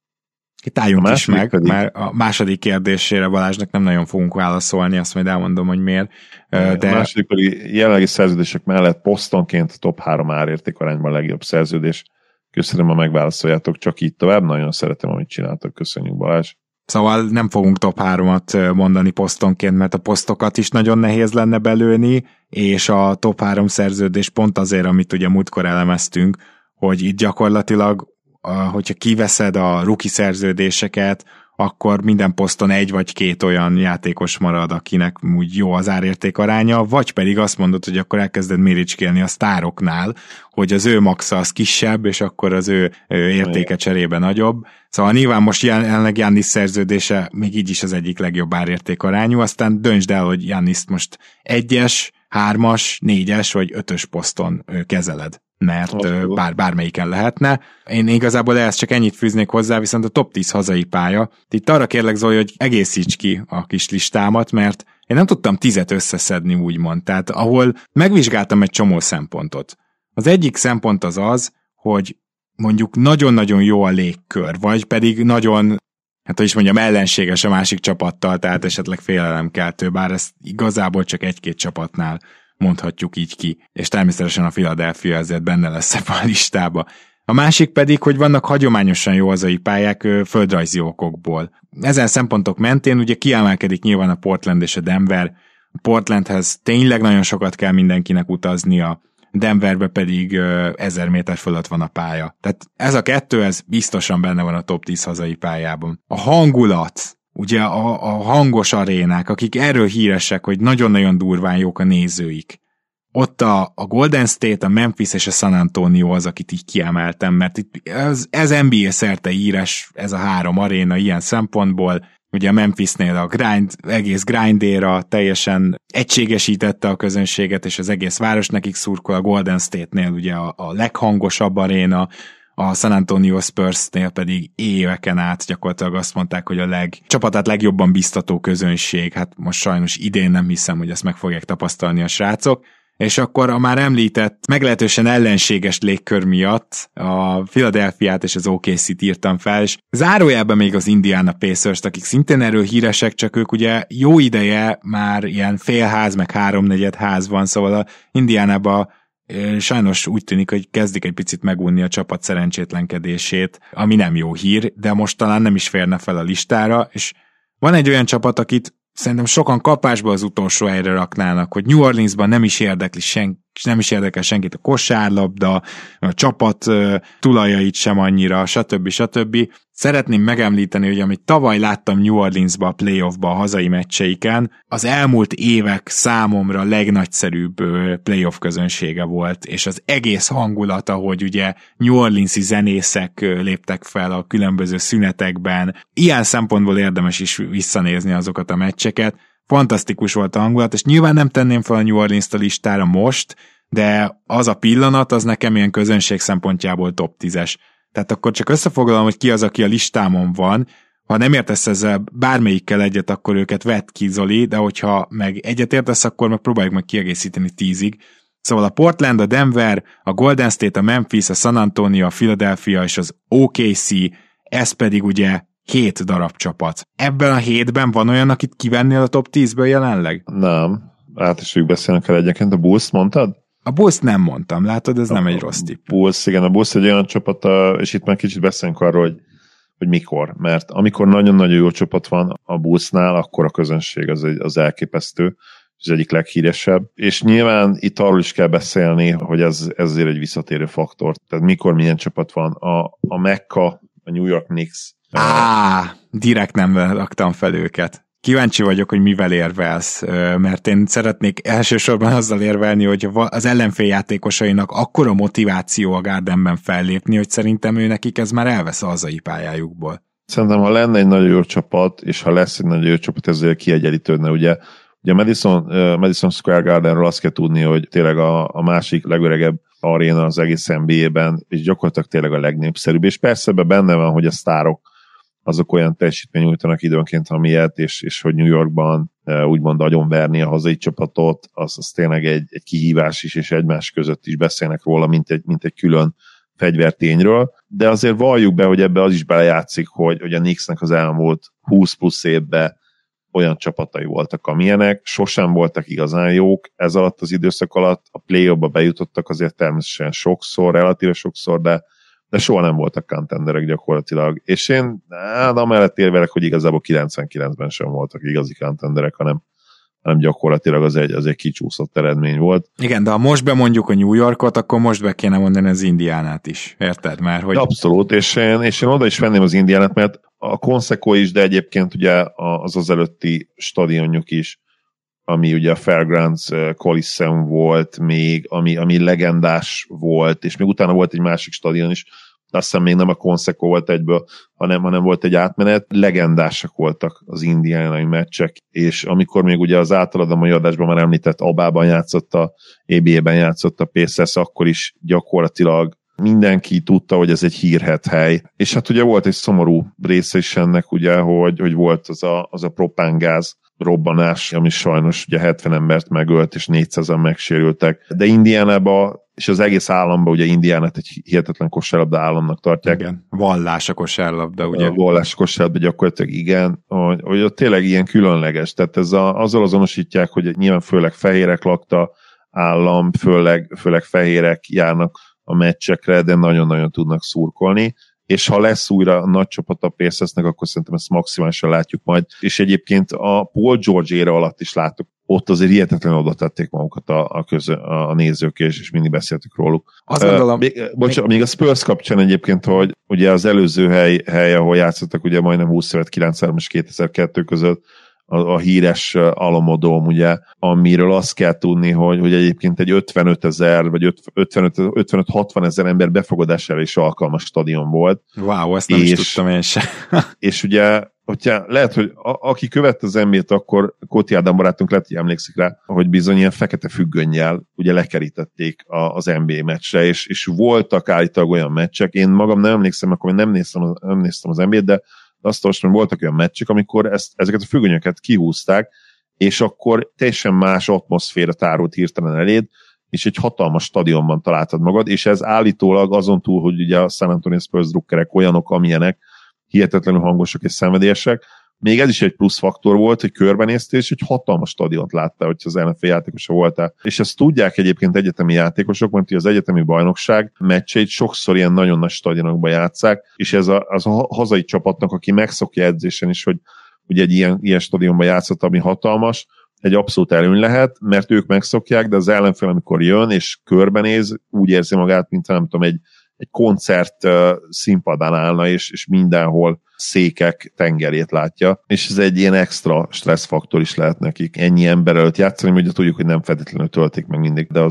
Itt álljunk is meg, pedig... mert a második kérdésére Balázsnak nem nagyon fogunk válaszolni, azt majd elmondom, hogy miért. De... A második pedig jelenlegi szerződések mellett posztonként top 3 árértékarányban a legjobb szerződés. Köszönöm, ha megválaszoljátok, csak így tovább. Nagyon szeretem, amit csináltok. Köszönjük, Balázs. Szóval nem fogunk top 3-at mondani posztonként, mert a posztokat is nagyon nehéz lenne belőni, és a top 3 szerződés pont azért, amit ugye múltkor elemeztünk, hogy itt gyakorlatilag hogyha kiveszed a rookie szerződéseket, akkor minden poszton egy vagy két olyan játékos marad, akinek úgy jó az árérték aránya, vagy pedig azt mondod, hogy akkor elkezded méricskélni a sztároknál, hogy az ő maxa az kisebb, és akkor az ő értéke cserébe nagyobb. Szóval nyilván most jelenleg Giannis szerződése még így is az egyik legjobb árérték arányú, aztán döntsd el, hogy Giannist most 1-es, 3-as, 4-es vagy 5-ös poszton kezeled, mert bármelyiken lehetne. Én igazából ehhez csak ennyit fűznék hozzá, viszont a top 10 hazai pálya. Itt arra kérlek, Zoli, hogy egészíts ki a kis listámat, mert én nem tudtam 10-et összeszedni, úgymond. Tehát ahol megvizsgáltam egy csomó szempontot. Az egyik szempont az, hogy mondjuk nagyon-nagyon jó a légkör, vagy pedig nagyon, hát hogy is mondjam, ellenséges a másik csapattal, tehát esetleg félelemkeltő, bár ezt igazából csak egy-két csapatnál mondhatjuk így ki, és természetesen a Philadelphia ezért benne lesz ebben a listába. A másik pedig, hogy vannak hagyományosan jó hazai pályák földrajzi okokból. Ezen szempontok mentén ugye kiemelkedik nyilván a Portland és a Denver. A Portlandhez tényleg nagyon sokat kell mindenkinek utaznia, Denverbe pedig 1000 méter fölött van a pálya. Tehát ez a kettő, ez biztosan benne van a top 10 hazai pályában. A hangulat, ugye a hangos arénák, akik erről híresek, hogy nagyon-nagyon durván jók a nézőik. Ott a Golden State, a Memphis és a San Antonio az, akit így kiemeltem, mert itt ez NBA szerte híres, ez a három aréna ilyen szempontból. Ugye a Memphisnél a egész grindéra teljesen egységesítette a közönséget, és az egész város nekik szurkol, a Golden State-nél ugye a leghangosabb aréna, a San Antonio Spursnél pedig éveken át gyakorlatilag azt mondták, hogy a csapatát legjobban biztató közönség, hát most sajnos idén nem hiszem, hogy ezt meg fogják tapasztalni a srácok, és akkor a már említett meglehetősen ellenséges légkör miatt a Philadelphiát és az OKC-t írtam fel, és zárójában még az Indiana Pacers-t, akik szintén erről híresek, csak ők ugye jó ideje már ilyen félház, meg háromnegyed ház van, szóval a Indiánában sajnos úgy tűnik, hogy kezdik egy picit megunni a csapat szerencsétlenkedését, ami nem jó hír, de most talán nem is férne fel a listára, és van egy olyan csapat, akit szerintem sokan kapásba az utolsó helyre raknának, hogy New Orleansban nem is érdekel senkit a kosárlabda, a csapat tulajait sem annyira, stb. Szeretném megemlíteni, hogy amit tavaly láttam New Orleansban a playoffban a hazai meccseiken, az elmúlt évek számomra legnagyszerűbb playoff közönsége volt, és az egész hangulata, hogy ugye New Orleans-i zenészek léptek fel a különböző szünetekben, ilyen szempontból érdemes is visszanézni azokat a meccseket, fantasztikus volt a hangulat, és nyilván nem tenném fel a New Orleans-t a listára most, de az a pillanat, az nekem ilyen közönség szempontjából top 10-es. Tehát akkor csak összefoglalom, hogy ki az, aki a listámon van. Ha nem értesz ezzel bármelyikkel egyet, akkor őket vedd ki, Zoli, de hogyha meg egyet értesz, akkor meg próbáljuk meg kiegészíteni 10-ig. Szóval a Portland, a Denver, a Golden State, a Memphis, a San Antonio, a Philadelphia és az OKC, ez pedig ugye 7 darab csapat. Ebben a 7-ben van olyan, akit kivennél a top 10-ből jelenleg? Nem. Át is ők beszélnek el egyenként. A Bulls mondtad? A Bulls nem mondtam, látod, ez nem egy rossz tipp. Bulls, igen, a Bulls egy olyan csapat, és itt már kicsit beszélünk arról, hogy mikor. Mert amikor nagyon-nagyon jó csapat van a Bullsnál, akkor a közönség az elképesztő, és az egyik leghíresebb. És nyilván itt arról is kell beszélni, hogy ez azért egy visszatérő faktor. Tehát mikor milyen csapat van. A Mecca, a New York Knicks. Direkt nem raktam fel őket. Kíváncsi vagyok, hogy mivel érvelsz, mert én szeretnék elsősorban azzal érvelni, hogy az ellenfél játékosainak akkora motiváció a Gardenben fellépni, hogy szerintem ő nekik ez már elvesz a hazai pályájukból. Szerintem, ha lenne egy nagyon jó csapat, és ha lesz egy nagyon jó csapat, ezzel kiegyenlítődne. Ugye Madison Square Gardenről azt kell tudni, hogy tényleg a másik legöregebb aréna az egész NBA-ben, és gyakorlatilag tényleg a legnépszerűbb. És persze benne van, hogy a sztárok azok olyan teljesítmény nyújtanak időnként, amilyet, és hogy New Yorkban úgymond agyonverni a hazai csapatot, az tényleg egy kihívás is, és egymás között is beszélnek róla, mint egy külön fegyvertényről. De azért valljuk be, hogy ebbe az is belejátszik, hogy a Knicksnek az elmúlt 20 plusz évben olyan csapatai voltak, amilyenek, sosem voltak igazán jók, ez alatt az időszak alatt a play-offba bejutottak azért természetesen sokszor, relatíve sokszor, de soha nem voltak contenderek gyakorlatilag. És én amellett érvelek, hogy igazából 99-ben sem voltak igazi contenderek, hanem gyakorlatilag az egy kicsúszott eredmény volt. Igen, de ha most bemondjuk a New Yorkot, akkor most be kéne mondani az Indiánát is. Érted már, hogy... Abszolút, és én oda is venném az Indiánát, mert a Conseco is, de egyébként ugye az előtti stadionjuk is, ami ugye a Fairgrounds Coliseum volt még, ami legendás volt, és még utána volt egy másik stadion is, azt hiszem még nem a Conseco volt egyből, hanem volt egy átmenet. Legendásak voltak az indiánai meccsek, és amikor még ugye az általad a mai adásban már említett Abában játszott, a ABA-ben játszott a Pacers, akkor is gyakorlatilag mindenki tudta, hogy ez egy hírhedt hely. És hát ugye volt egy szomorú része is ennek, ugye, hogy volt az a propángáz robbanás, ami sajnos ugye 70 embert megölt, és 400-an megsérültek. De Indiánában, és az egész államban ugye Indiánát egy hihetetlen kosárlabda államnak tartják. Igen, vallás a kosárlabda, ugye? A vallás a kosárlabda gyakorlatilag igen, hogy ott tényleg ilyen különleges. Tehát azzal azonosítják, hogy nyilván főleg fehérek lakta állam, főleg fehérek járnak a meccsekre, de nagyon-nagyon tudnak szurkolni, és ha lesz újra a nagy csapat a Pacersnek, akkor szerintem ezt maximálisan látjuk majd, és egyébként a Paul George éra alatt is látok, ott azért hihetetlenül oda tették magukat a nézők, és mindig beszéltük róluk. Azt gondolom... Még a Spurs kapcsán egyébként, hogy ugye az előző hely, ahol játszottak, ugye majdnem 20 évet 93 és 2002 között, a híres Alamodóm, ugye, amiről azt kell tudni, hogy egyébként egy 55 000 vagy 55-60 000 ember befogadására is alkalmas stadion volt. Wow, ezt nem is tudtam én sem. És ugye, hogyha lehet, hogy aki követte az NBA-t, akkor Koti Ádám barátunk lehet, hogy emlékszik rá, hogy bizony ilyen fekete függönnyel ugye lekerítették az NBA meccsre, és voltak állítólag olyan meccsek, én magam nem emlékszem, akkor nem néztem az NBA-t, de azt most, hogy voltak olyan meccsek, amikor ezeket a függönyöket kihúzták, és akkor teljesen más atmoszféra tárult hirtelen eléd, és egy hatalmas stadionban találtad magad, és ez állítólag azon túl, hogy ugye a San Antonio Spurs drukkerek olyanok, amilyenek, hihetetlenül hangosak és szenvedélyesek, még ez is egy plusz faktor volt, hogy körbenéztél, és egy hatalmas stadiont láttál, hogyha az NFL játékosa voltál. És ezt tudják egyébként egyetemi játékosok, mert az egyetemi bajnokság meccseit sokszor ilyen nagyon nagy stadionokban játsszák, és ez az a hazai csapatnak, aki megszokja edzésen is, hogy ugye egy ilyen stadionban játszott, ami hatalmas, egy abszolút előny lehet, mert ők megszokják, de az ellenfél, amikor jön és körbenéz, úgy érzi magát, mint nem tudom, egy koncert színpadán állna, és mindenhol székek tengerét látja, és ez egy ilyen extra stresszfaktor is lehet nekik ennyi ember előtt játszani, ugye tudjuk, hogy nem feltétlenül töltik meg mindig, de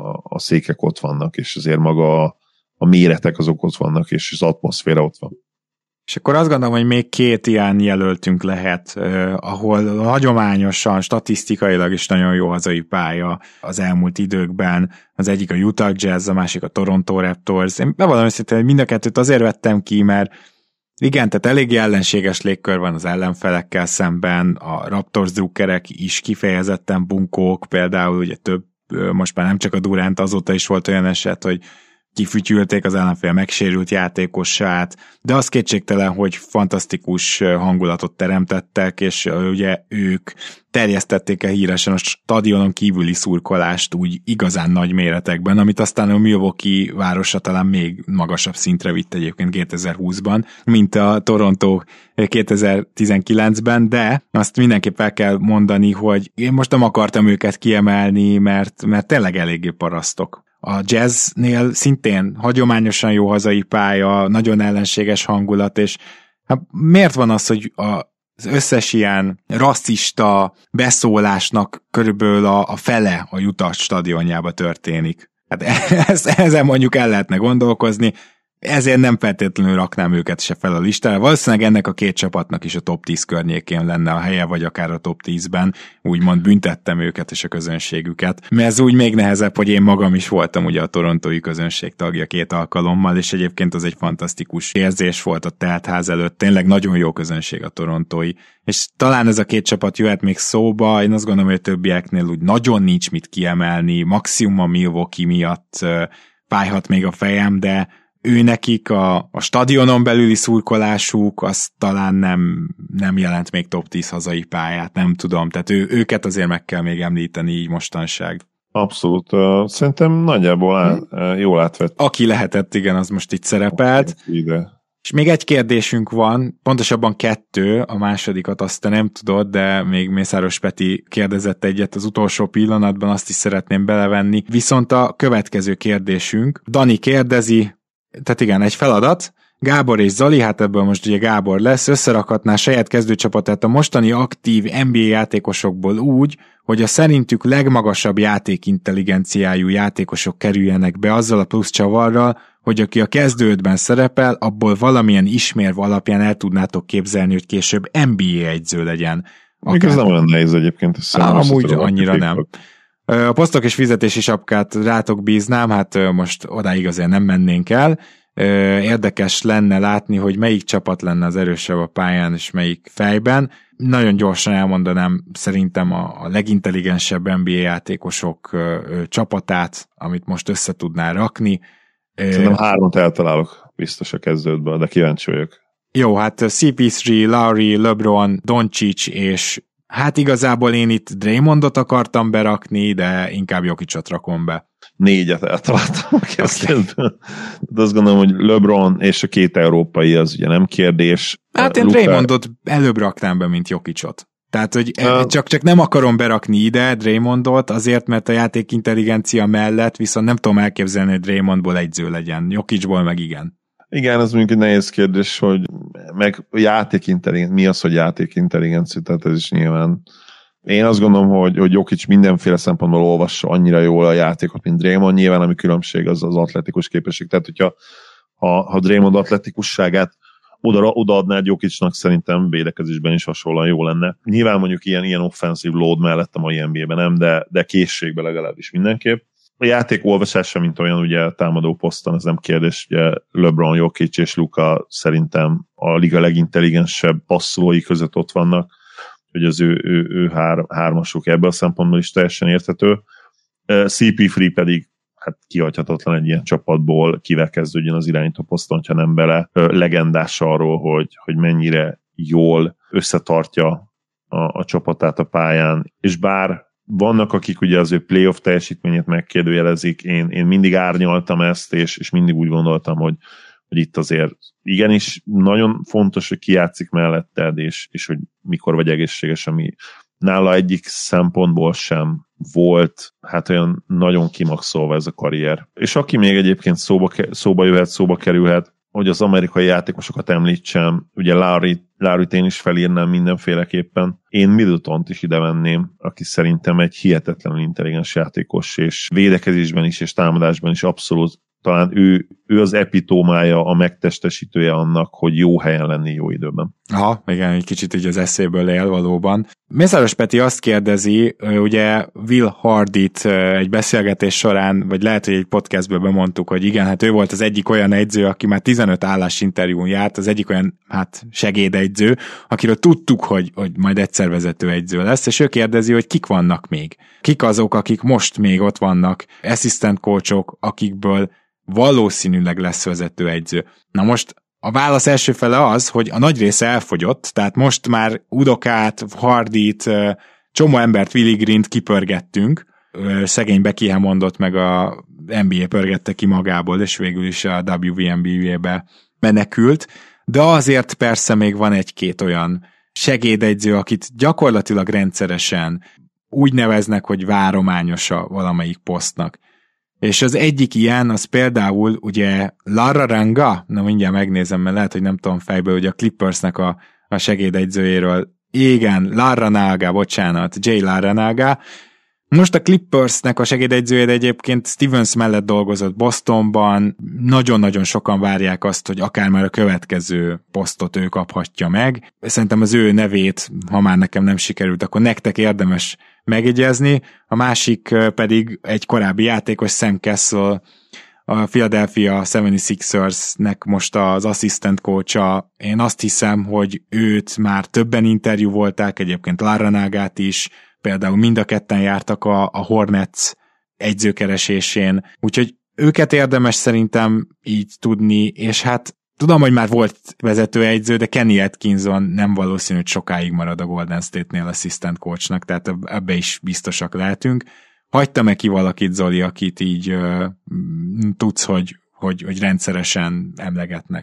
a székek ott vannak, és azért maga a méretek azok ott vannak, és az atmoszféra ott van. És akkor azt gondolom, hogy még 2 ilyen jelöltünk lehet, ahol hagyományosan, statisztikailag is nagyon jó hazai pálya az elmúlt időkben. Az egyik a Utah Jazz, a másik a Toronto Raptors. Én bevallom őszintén, hogy mind a kettőt azért vettem ki, mert igen, tehát eléggé ellenséges légkör van az ellenfelekkel szemben, a Raptors drukkerek is kifejezetten bunkók, például ugye több, most már nem csak a Durant, azóta is volt olyan eset, hogy kifütyülték az ellenfél megsérült játékosát, de az kétségtelen, hogy fantasztikus hangulatot teremtettek, és ugye ők terjesztették el híresen a stadionon kívüli szurkolást úgy igazán nagy méretekben, amit aztán a Milwaukee városa talán még magasabb szintre vitt egyébként 2020-ban, mint a Toronto 2019-ben, de azt mindenképp fel kell mondani, hogy én most nem akartam őket kiemelni, mert tényleg eléggé parasztok. A Jazznél szintén hagyományosan jó hazai pálya, nagyon ellenséges hangulat, és hát miért van az, hogy az összes ilyen rasszista beszólásnak körülbelül a fele a Utah stadionjába történik? Hát ezen mondjuk el lehetne gondolkozni, ezért nem feltétlenül raknám őket se fel a listára. Valószínűleg ennek a 2 csapatnak is a top 10 környékén lenne a helye, vagy akár a top 10-ben. Úgymond büntettem őket és a közönségüket. Mert ez úgy még nehezebb, hogy én magam is voltam ugye a torontói közönség tagja 2 alkalommal, és egyébként az egy fantasztikus érzés volt a teltház előtt. Tényleg nagyon jó közönség a torontói. És talán ez a 2 csapat jöhet még szóba, én azt gondolom, hogy a többieknél úgy nagyon nincs mit kiemelni, maximum a Milwaukee miatt fájhat még a fejem, de ő nekik a stadionon belüli szurkolásuk, az talán nem jelent még top 10 hazai pályát, nem tudom, tehát őket azért meg kell még említeni így mostanság. Abszolút, szerintem nagyjából jól átvett. Aki lehetett, igen, az most itt szerepelt. Ide. És még egy kérdésünk van, pontosabban 2, a másodikat azt te nem tudod, de még Mészáros Peti kérdezett egyet az utolsó pillanatban, azt is szeretném belevenni. Viszont a következő kérdésünk, Dani kérdezi, tehát igen, egy feladat, Gábor és Zoli, hát ebből most ugye Gábor lesz, összerakhatná saját kezdőcsapatát a mostani aktív NBA játékosokból úgy, hogy a szerintük legmagasabb játékintelligenciájú játékosok kerüljenek be azzal a plusz csavarral, hogy aki a kezdődben szerepel, abból valamilyen ismérv alapján el tudnátok képzelni, hogy később NBA egyző legyen. Még ez nem olyan nehéz egyébként. Amúgy annyira nem. A posztok és fizetési sapkát rátok bíznám, hát most odáig azért nem mennénk el. Érdekes lenne látni, hogy melyik csapat lenne az erősebb a pályán, és melyik fejben. Nagyon gyorsan elmondanám szerintem a legintelligensebb NBA játékosok csapatát, amit most össze tudná rakni. Szerintem 3 eltalálok biztos a kezdődből, de kíváncsi vagyok. Jó, hát CP3, Lowry, LeBron, Doncic, és hát igazából én itt Draymondot akartam berakni, de inkább Jokicot rakom be. 4 eltaláltam a kezdődből. De azt gondolom, hogy LeBron és a 2 európai az ugye nem kérdés. Hát én Draymondot előbb raknám be, mint Jokicot. Tehát, hogy csak nem akarom berakni ide Draymondot, azért, mert a játék intelligencia mellett viszont nem tudom elképzelni, hogy Draymondból egyző legyen. Jokicból meg igen. Igen, ez mondjuk egy nehéz kérdés, hogy meg mi az, hogy játékintelligencia, tehát ez is nyilván. Én azt gondolom, hogy Jokic mindenféle szempontból olvassa annyira jól a játékot, mint Draymond, nyilván ami különbség az atletikus képesség. Tehát, hogyha ha Draymond atletikusságát odaadnád Jokicnak, szerintem védekezésben is hasonlóan jó lenne. Nyilván mondjuk ilyen offensive load mellett a mai NBA-ben nem, de készségben legalábbis mindenképp. A játék olvasása, mint olyan ugye támadó poszton, ez nem kérdés, ugye LeBron, Jokic és Luka szerintem a liga legintelligensebb passzolói között ott vannak, hogy az ő hármasuk ebből a szempontból is teljesen érthető. CP3 pedig hát kihagyhatatlan egy ilyen csapatból, kivel kezdődjön az irányító poszton, ha nem bele. Legendás arról, hogy mennyire jól összetartja a csapatát a pályán, és bár vannak, akik ugye az ő playoff teljesítményét megkérdőjelezik, én mindig árnyaltam ezt, és mindig úgy gondoltam, hogy itt azért igenis nagyon fontos, hogy ki játszik melletted, és hogy mikor vagy egészséges, ami nála egyik szempontból sem volt, hát olyan nagyon kimaxolva ez a karrier. És aki még egyébként szóba kerülhet, hogy az amerikai játékosokat említsem, ugye Lowryt én is felírnám mindenféleképpen. Én Middletont is ide venném, aki szerintem egy hihetetlenül intelligens játékos, és védekezésben is, és támadásban is abszolút talán ő az epitómája, a megtestesítője annak, hogy jó helyen lenni jó időben. Aha, igen, egy kicsit így az eszéből él valóban. Mészáros Peti azt kérdezi, ugye Will Hardit egy beszélgetés során, vagy lehet, hogy egy podcastből bemondtuk, hogy igen, hát ő volt az egyik olyan edző, aki már 15 állásinterjún járt, az egyik olyan, hát segédegyző, akiről tudtuk, hogy majd egyszer vezető egyző lesz, és ő kérdezi, hogy kik vannak még. Kik azok, akik most még ott vannak, assistant coachok, akikből valószínűleg lesz vezető egyző. Na most a válasz első fele az, hogy a nagy része elfogyott, tehát most már Udokát, Hardit, csomó embert, Willie Greent kipörgettünk, szegény Becky Hammondot meg a NBA pörgette ki magából, és végül is a WNBA-be menekült, de azért persze még van egy-két olyan segédegyző, akit gyakorlatilag rendszeresen úgy neveznek, hogy várományosa valamelyik posztnak. És az egyik ilyen, az például ugye Lara Ranga, na mindjárt megnézem, mert lehet, hogy nem tudom fejből, ugye a Clippersnek a segédegyzőjéről, igen, Larranaga, bocsánat, Jay Larranaga. Most a Clippersnek a segédegyzője egyébként Stevens mellett dolgozott Bostonban, nagyon-nagyon sokan várják azt, hogy akár már a következő posztot ő kaphatja meg. Szerintem az ő nevét, ha már nekem nem sikerült, akkor nektek érdemes megjegyezni. A másik pedig egy korábbi játékos, Sam Cassell, a Philadelphia 76ersnek most az assistant coacha. Én azt hiszem, hogy őt már többen interjú volták, egyébként Larranagát is, például mind a ketten jártak a Hornets egyzőkeresésén, úgyhogy őket érdemes szerintem így tudni, és hát tudom, hogy már volt vezető egyző, de Kenny Atkinson nem valószínű, hogy sokáig marad a Golden State-nél assistant coachnak, tehát ebbe is biztosak lehetünk. Hagytam-e ki valakit, Zoli, akit így tudsz, hogy rendszeresen emlegetnek?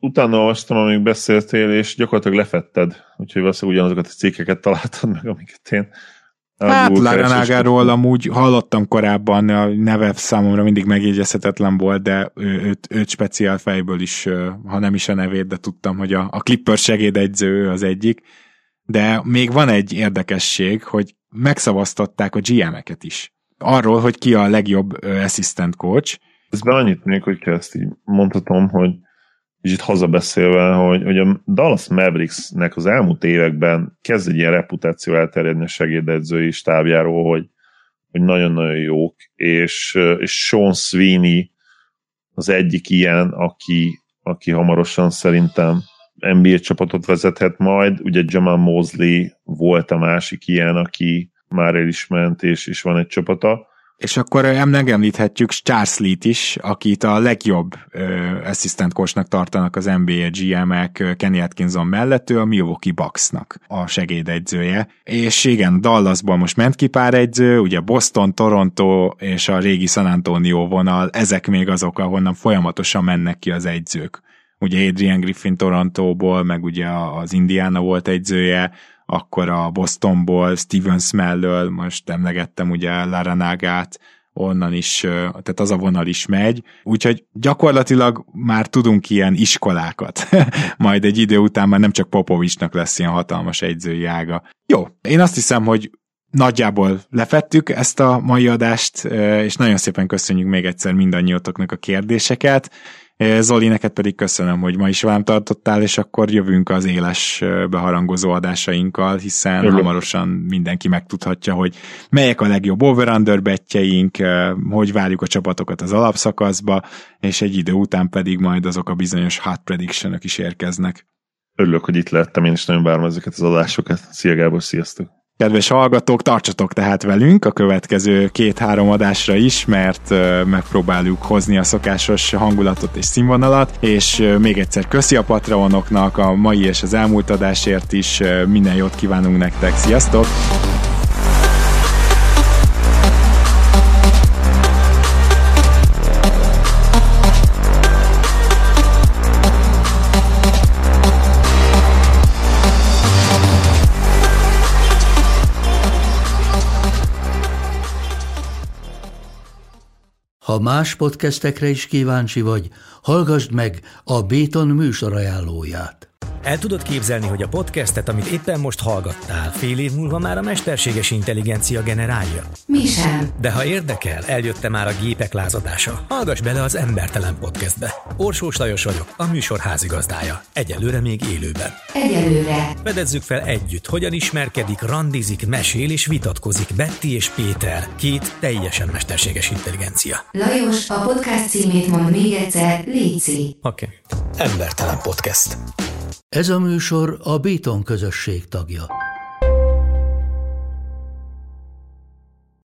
utána olvastam, amíg beszéltél, és gyakorlatilag lefetted, úgyhogy valószínűleg ugyanazokat a cikkeket találtad meg, amiket én hát Larrañagáról amúgy hallottam korábban, a neve számomra mindig megjegyezhetetlen volt, de őt speciál fejből is, ha nem is a nevét, de tudtam, hogy a Clippers segédegyző az egyik. De még van egy érdekesség, hogy megszavaztatták a GM-eket is. Arról, hogy ki a legjobb assistant coach. Ezben annyit még, hogy ezt így mondhatom, hogy kicsit hazabeszélve, hogy a Dallas Mavericksnek az elmúlt években kezd egy ilyen reputáció elterjedni a segédedzői stábjáról, hogy nagyon-nagyon jók, és Sean Sweeney az egyik ilyen, aki hamarosan szerintem NBA csapatot vezethet majd. Ugye Jamal Mosley volt a másik ilyen, aki már el is ment, és van egy csapata. És akkor megemlíthetjük Charles Lee-t is, akit a legjobb assistant coachnak tartanak az NBA GM-ek Kenny Atkinson mellett, ő a Milwaukee Bucksnak a segédegyzője. És igen, Dallasból most ment ki pár egyző, ugye Boston, Toronto és a régi San Antonio vonal, ezek még azok, ahonnan folyamatosan mennek ki az egyzők. Ugye Adrian Griffin Torontóból, meg ugye az Indiana volt egyzője, akkor a Bostonból, Steven Smellől, most emlegettem ugye Larrañagát, onnan is, tehát az a vonal is megy, úgyhogy gyakorlatilag már tudunk ilyen iskolákat, majd egy idő után már nem csak Popovicsnak lesz ilyen hatalmas egyzői ága. Jó, én azt hiszem, hogy nagyjából lefettük ezt a mai adást, és nagyon szépen köszönjük még egyszer mindannyiatoknak a kérdéseket. Zoli, neked pedig köszönöm, hogy ma is velem tartottál, és akkor jövünk az éles beharangozó adásainkkal, hiszen hamarosan mindenki megtudhatja, hogy melyek a legjobb over-under bettjeink, hogy várjuk a csapatokat az alapszakaszba, és egy idő után pedig majd azok a bizonyos hot prediction-ök is érkeznek. Örülök, hogy itt lettem, én is nagyon várom ezeket az adásokat. Szia Gábor, sziasztok! Kedves hallgatók, tartsatok tehát velünk a következő 2-3 adásra is, mert megpróbáljuk hozni a szokásos hangulatot és színvonalat, és még egyszer köszi a Patreonoknak a mai és az elmúlt adásért is, minden jót kívánunk nektek, sziasztok! Ha más podcastekre is kíváncsi vagy, hallgassd meg a Béton műsor ajánlóját. El tudod képzelni, hogy a podcastet, amit éppen most hallgattál, fél év múlva már a mesterséges intelligencia generálja? Mi sem. De ha érdekel, eljött már a gépek lázadása. Hallgass bele az Embertelen Podcastbe. Orsós Lajos vagyok, a műsor házigazdája. Egyelőre még élőben. Egyelőre. Fedezzük fel együtt, hogyan ismerkedik, randizik, mesél és vitatkozik Betty és Péter, két teljesen mesterséges intelligencia. Lajos, a podcast címét mondd még egyszer, léci. Oké. Embertelen Podcast. Ez a műsor a Béton közösség tagja.